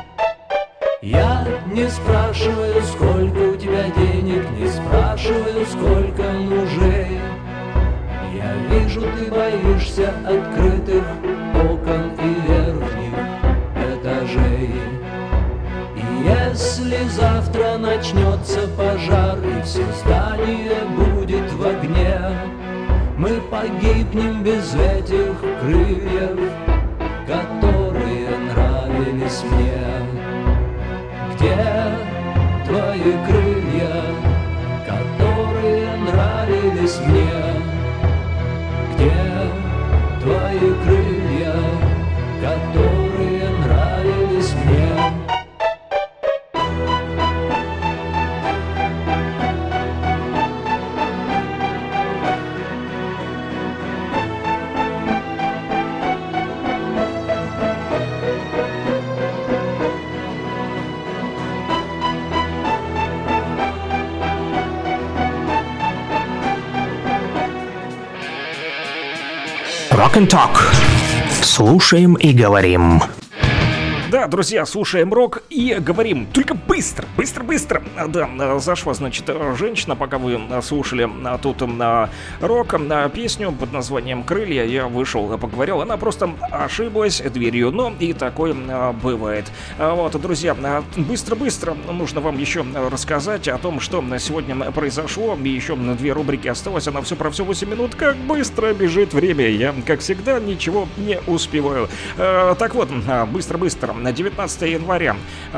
Я не спрашиваю, сколько у тебя денег, не спрашиваю, сколько мужей. Я вижу, ты боишься открытых окон и верхних этажей. И если завтра начнется пожар и все здание будет в огне, мы погибнем без этих крыльев, которые нравились мне. Где твои крылья, которые нравились мне? Где твои крылья, которые нравились мне? Rock and Talk. Слушаем и говорим. Да, друзья, слушаем рок и говорим. Только быстро, быстро, быстро. Да, зашла, значит, женщина, пока вы слушали тут рок, песню под названием «Крылья». Я вышел, поговорил. Она просто ошиблась дверью, но и такое бывает. Вот, друзья, быстро-быстро нужно вам еще рассказать о том, что сегодня произошло. И еще 2 рубрики осталось. Она все про все 8 минут. Как быстро бежит время. Я, как всегда, ничего не успеваю. Так вот, быстро-быстро. 19 января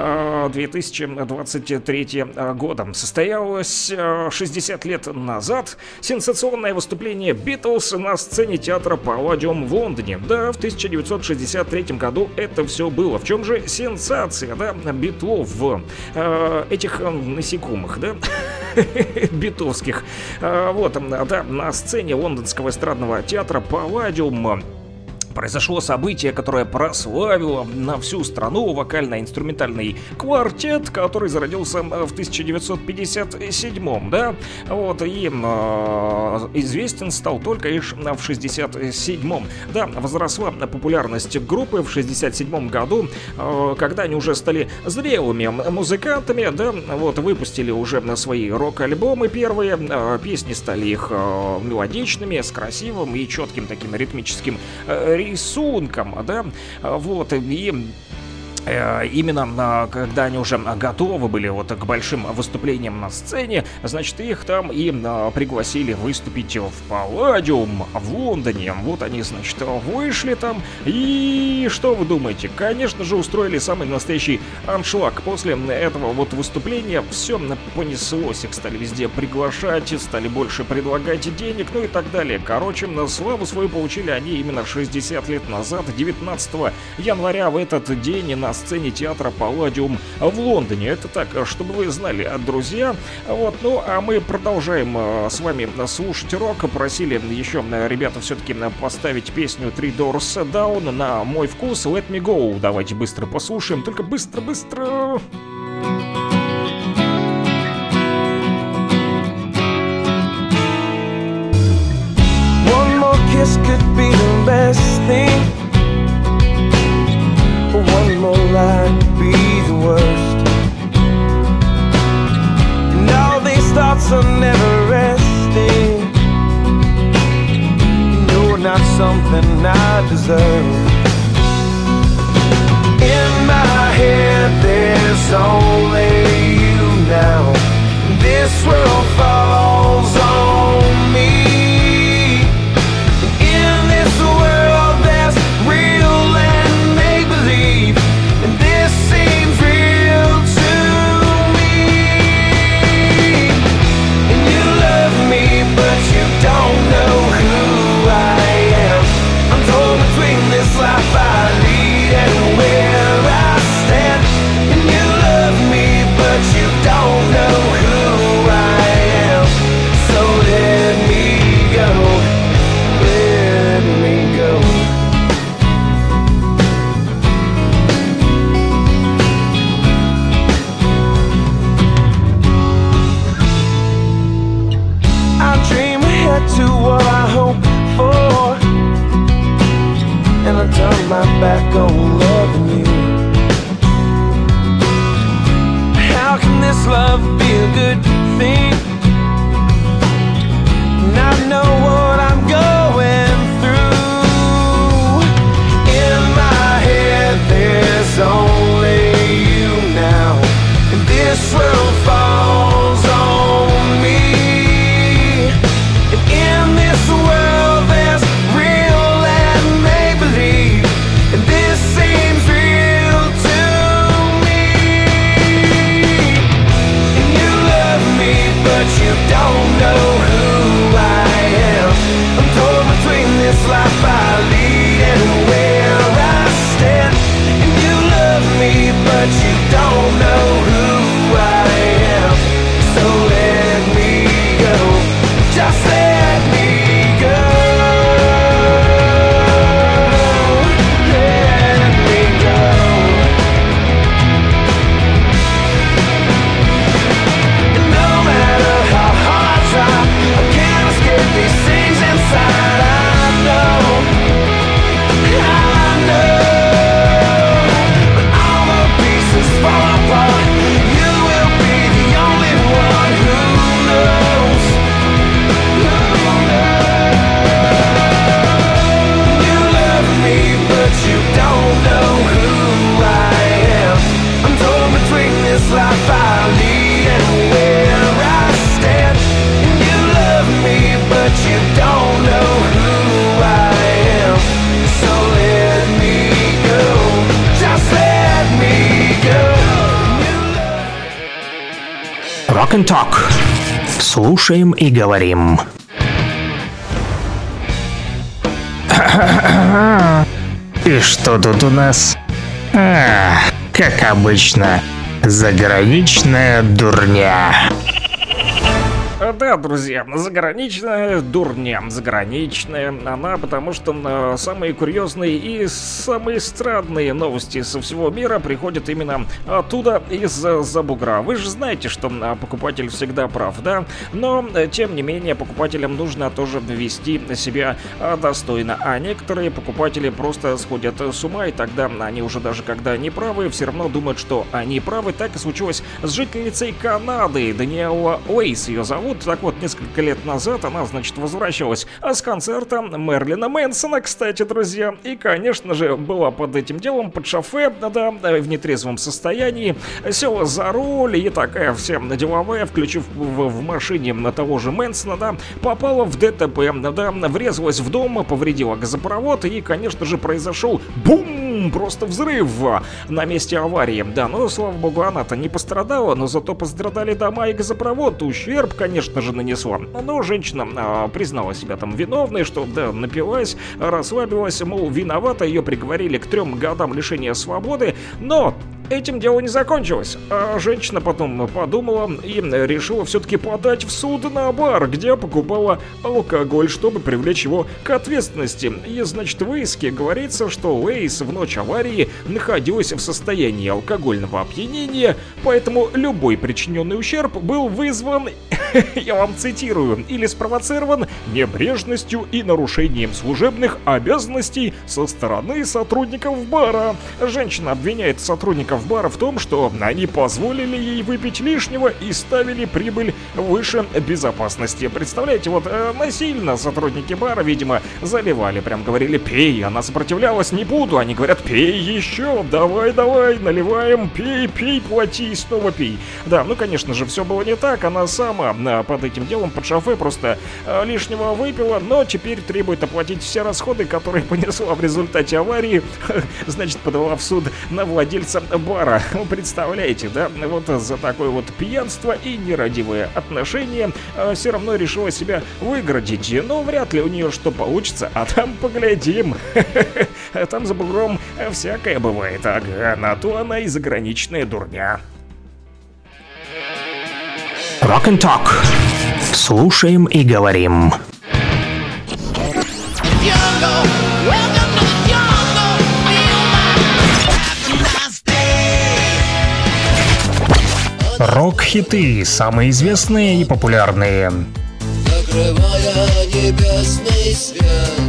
2023 года состоялось 60 лет назад сенсационное выступление Битлз на сцене театра Палладиум в Лондоне. Да, в 1963 году это все было. В чем же сенсация, да, битлов, этих насекомых, да, битовских. Вот, да, на сцене лондонского эстрадного театра Палладиум произошло событие, которое прославило на всю страну вокально-инструментальный квартет, который зародился в 1957, да, вот, и известен стал только лишь в 67-м. Да, возросла популярность группы в 67-м году, когда они уже стали зрелыми музыкантами, да, вот, выпустили уже свои рок-альбомы первые, песни стали их мелодичными, с красивым и четким таким ритмическим рисунком, да, вот, и именно когда они уже готовы были вот к большим выступлениям на сцене, значит, их там и пригласили выступить в Палладиум в Лондоне. Вот они, значит, вышли там, и что вы думаете? Конечно же, устроили самый настоящий аншлаг. После этого вот выступления все понеслось, их стали везде приглашать, стали больше предлагать денег, ну и так далее. Короче, славу свою получили они именно 60 лет назад, 19 января, в этот день на сцене театра Палладиум в Лондоне. Это так, чтобы вы знали, друзья. Вот, ну а мы продолжаем с вами слушать рок. Просили еще ребята все-таки поставить песню Three Doors Down на мой вкус. Let Me Go. Давайте быстро послушаем. Только быстро-быстро. One more kiss could be the best thing. One more lie could be the worst. And all these thoughts are never resting. No, not something I deserve. In my head there's only you now. This world falls on me. In this world there's real and make-believe, and this seems real to me. And you love me, but you don't know who I am. I'm torn between this life I lead and where I stand. And you love me, but you don't know who I am. So let me go, let me go. I dream ahead to what I hope for, and I turn my back on loving you. How can this love be a good thing? And I know what I'm going through. In my head there's only you now, and this world falls on me. And in this world there's real and make-believe, and this seems real to me. And you love Слушаем и говорим. И что тут у нас? Как обычно, заграничная дурня. Да, друзья, заграничная дурня, заграничная она, потому что самые курьезные и самые странные новости со всего мира приходят именно оттуда, из-за бугра. Вы же знаете, что покупатель всегда прав, да? Но, тем не менее, покупателям нужно тоже вести себя достойно, а некоторые покупатели просто сходят с ума, и тогда они уже даже когда не правы, все равно думают, что они правы. Так и случилось с жительницей Канады, Даниэла Уэйс ее зовут. Так вот, несколько лет назад она, значит, возвращалась с концерта Мерлина Мэнсона, кстати, друзья. И, конечно же, была под этим делом, под шофе, да, в нетрезвом состоянии. Села за руль и такая вся деловая, включив в машине того же Мэнсона, да, попала в ДТП, да, врезалась в дом, повредила газопровод и, конечно же, произошел бум, просто взрыв на месте аварии. Да, но, слава богу, она-то не пострадала, но зато пострадали дома и газопровод. Ущерб, конечно же, нанесла. Но женщина признала себя там виновной, что, да, напилась, расслабилась, мол, виновата, ее приговорили к 3 годам лишения свободы, но этим дело не закончилось. А женщина потом подумала и решила все-таки подать в суд на бар, где покупала алкоголь, чтобы привлечь его к ответственности. И, значит, в иске говорится, что Уэйс в ночь аварии находилась в состоянии алкогольного опьянения, поэтому любой причиненный ущерб был вызван, я вам цитирую, или спровоцирован небрежностью и нарушением служебных обязанностей со стороны сотрудников бара. Женщина обвиняет сотрудников бара в том, что они позволили ей выпить лишнего и ставили прибыль выше безопасности. Представляете, вот насильно сотрудники бара, видимо, заливали, прям говорили: пей, она сопротивлялась: не буду, они говорят: пей еще, давай, наливаем, пей, плати и снова пей. Да, ну, конечно же, все было не так, она сама под этим делом, под шофе, просто лишнего выпила, но теперь требует оплатить все расходы, которые понесла в результате аварии. Значит, подала в суд на владельца бара. Вы представляете, да? Вот за такое вот пьянство и нерадивые отношения все равно решила себя выгородить. Но вряд ли у нее что получится, а там поглядим. Там за бугром всякое бывает. Ага, на то она и заграничная дурня. Rock and Talk. Слушаем и говорим. Рок-хиты, самые известные и популярные. Закрывая небесный свет.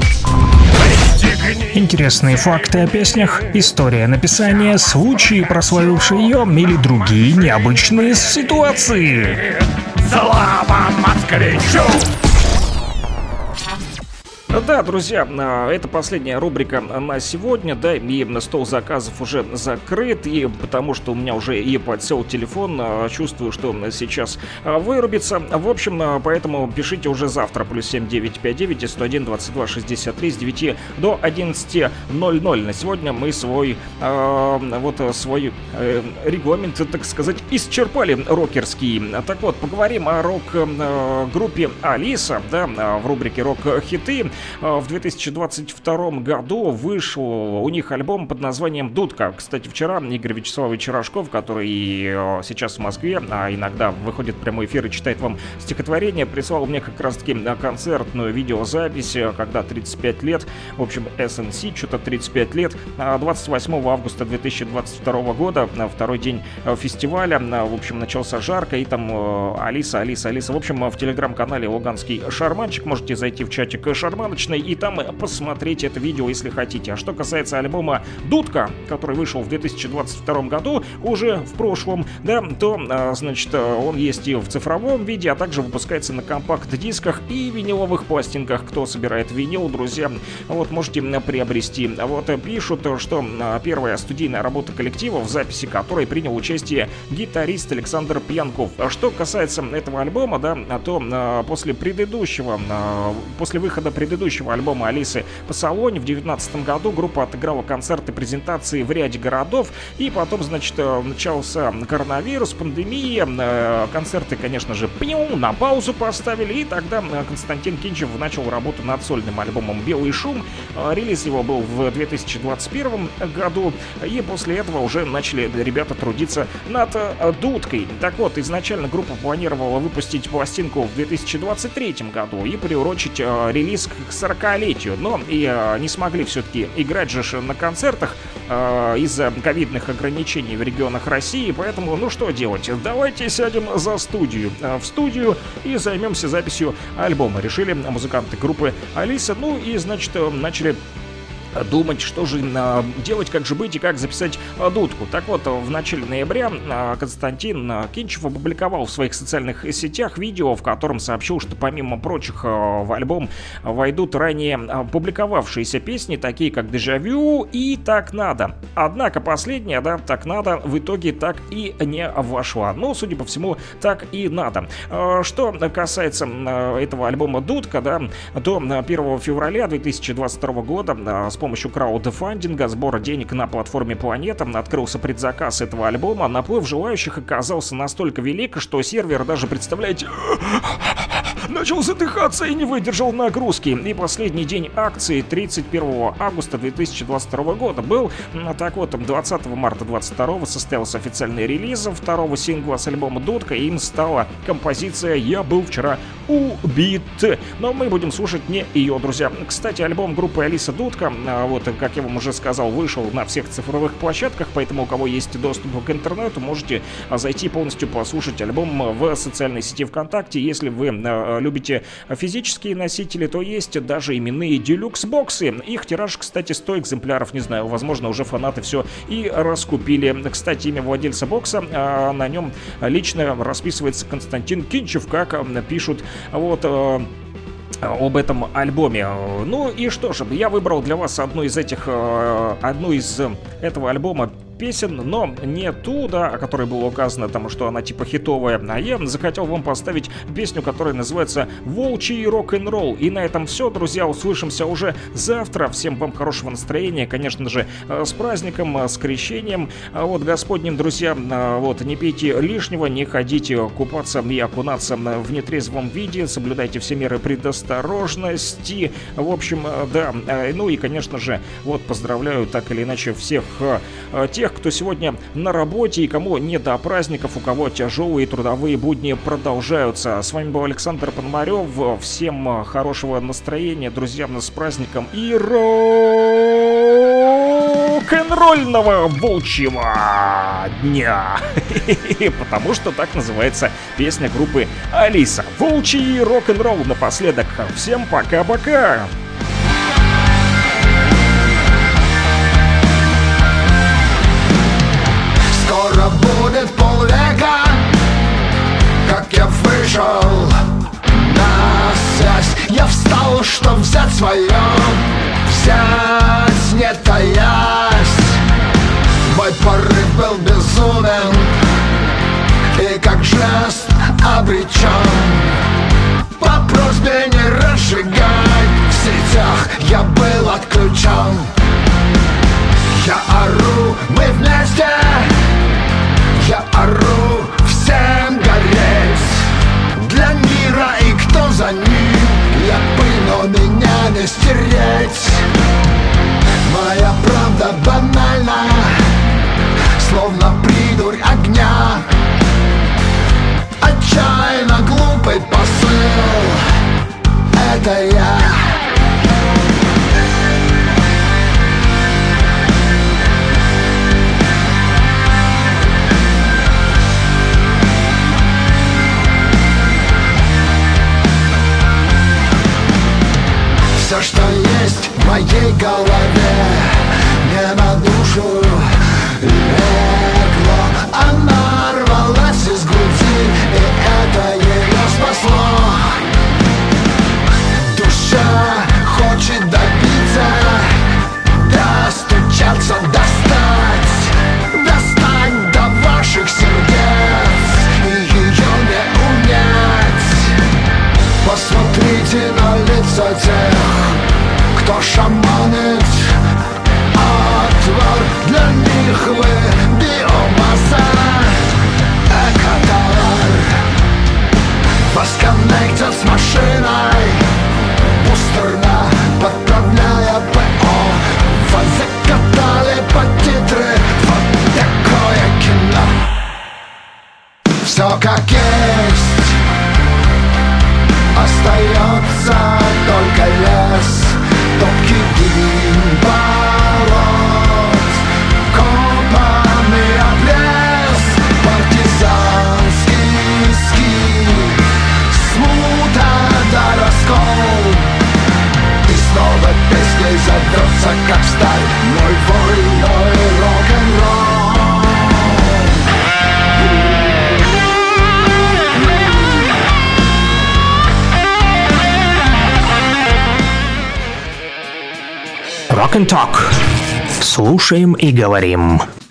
Интересные факты о песнях, история написания, случаи, прославившие ее, или другие необычные ситуации. Слава москвичу! Да, друзья, это последняя рубрика на сегодня, да, и стол заказов уже закрыт, и потому что у меня уже и подсел телефон, чувствую, что сейчас вырубится. В общем, поэтому пишите уже завтра, +7 959 101 22 63 с 9 до 11:00. На сегодня мы свой регламент, так сказать, исчерпали рокерский. Так вот, поговорим о рок-группе Алиса, да, в рубрике «Рок-хиты». В 2022 году вышел у них альбом под названием «Дудка». Кстати, вчера Игорь Вячеславович Рожков, который сейчас в Москве, а иногда выходит в прямой эфир и читает вам стихотворение, прислал мне как раз-таки концертную видеозапись, когда 35 лет, в общем, SNC, что-то 35 лет, 28 августа 2022 года, второй день фестиваля, в общем, начался жарко, и там Алиса. В общем, в телеграм-канале «Луганский шарманчик» можете зайти в чатик «Шарманочный» и там посмотреть это видео, если хотите. А что касается альбома «Дудка», который вышел в 2022 году, уже в прошлом, да, то, значит, он есть и в цифровом виде, а также выпускается на компакт-дисках и виниловых пластинках. Кто собирает винил, друзья, вот можете приобрести. Вот пишут, что первая студийная работа коллектива, в записи которой принял участие гитарист Александр Пьянков. А что касается этого альбома, да, то после выхода предыдущего предыдущего альбома Алисы по Салоне. В 2019 году группа отыграла концерты, презентации в ряде городов, и потом, значит, начался коронавирус, пандемия, концерты, конечно же, на паузу поставили, и тогда Константин Кинчев начал работу над сольным альбомом «Белый шум». Релиз его был в 2021 году, и после этого уже начали ребята трудиться над дудкой. Так вот, изначально группа планировала выпустить пластинку в 2023 году и приурочить релиз к 40-летию, но и не смогли все-таки играть же на концертах из-за ковидных ограничений в регионах России, поэтому, ну что делать, давайте сядем в студию и займемся записью альбома, решили музыканты группы Алиса. Ну и, значит, начали думать, что же делать, как же быть и как записать дудку. Так вот, в начале ноября Константин Кинчев опубликовал в своих социальных сетях видео, в котором сообщил, что помимо прочих в альбом войдут ранее публиковавшиеся песни, такие как «Дежавю» и «Так надо». Однако последняя, да, «Так надо» в итоге так и не вошла. Но, судя по всему, так и надо. Что касается этого альбома «Дудка», да, до 1 февраля 2022 года с помощью краудфандинга, сбора денег на платформе «Планета» открылся предзаказ этого альбома. Naплыв желающих оказался настолько велик, что сервер даже, представляете, начал задыхаться и не выдержал нагрузки. И последний день акции 31 августа 2022 года был. Так вот, 20 марта 2022 состоялся официальный релиз второго сингла с альбома «Дудка», и им стала композиция «Я был вчера убит». Но мы будем слушать не ее, друзья. Кстати, альбом группы Алиса «Дудка», вот, как я вам уже сказал, вышел на всех цифровых площадках, поэтому у кого есть доступ к интернету, можете зайти полностью послушать альбом в социальной сети ВКонтакте. Если вы любите физические носители, то есть даже именные делюкс-боксы. Их тираж, кстати, 100 экземпляров, не знаю, возможно, уже фанаты все и раскупили. Кстати, имя владельца бокса, на нем лично расписывается Константин Кинчев, как пишут вот об этом альбоме. Ну и что ж, я выбрал для вас одну из этого альбома песен, но не ту, да, о которой было указано, потому что она типа хитовая, а я захотел вам поставить песню, которая называется «Волчий рок-н-ролл». И на этом все, друзья, услышимся уже завтра. Всем вам хорошего настроения, конечно же, с праздником, с крещением, вот, Господним, друзья, вот, не пейте лишнего, не ходите купаться и окунаться в нетрезвом виде, соблюдайте все меры предосторожности, в общем, да, ну и, конечно же, вот, поздравляю так или иначе всех тех, кто сегодня на работе и кому не до праздников, у кого тяжелые трудовые будни продолжаются. С вами был Александр Пономарев. Всем хорошего настроения, друзья, с праздником и рок-н-ролльного волчьего дня. Потому что так называется песня группы Алиса. Волчий рок-н-ролл напоследок. Всем пока-пока. Скоро будет полвека, как я вышел на связь. Я встал, чтоб взять свое, взять не таясь. Мой порыв был безумен и как жест обречен. По просьбе не разжигай, в сетях я был отключен. Я ору, мы вместе, я ору, всем гореть. Для мира и кто за ним, я пыль, но меня не стереть. Моя правда банальна, словно придурь огня. Отчаянно глупый посыл, это я. Все, что есть в моей голове, не на душу легло. Она рвалась из груди, и это ее спасло. Душа хочет добиться, достучаться, достать до ваших сердец, и ее не унять. Посмотрите на лица тех, Rock and Talk. Слушаем и говорим.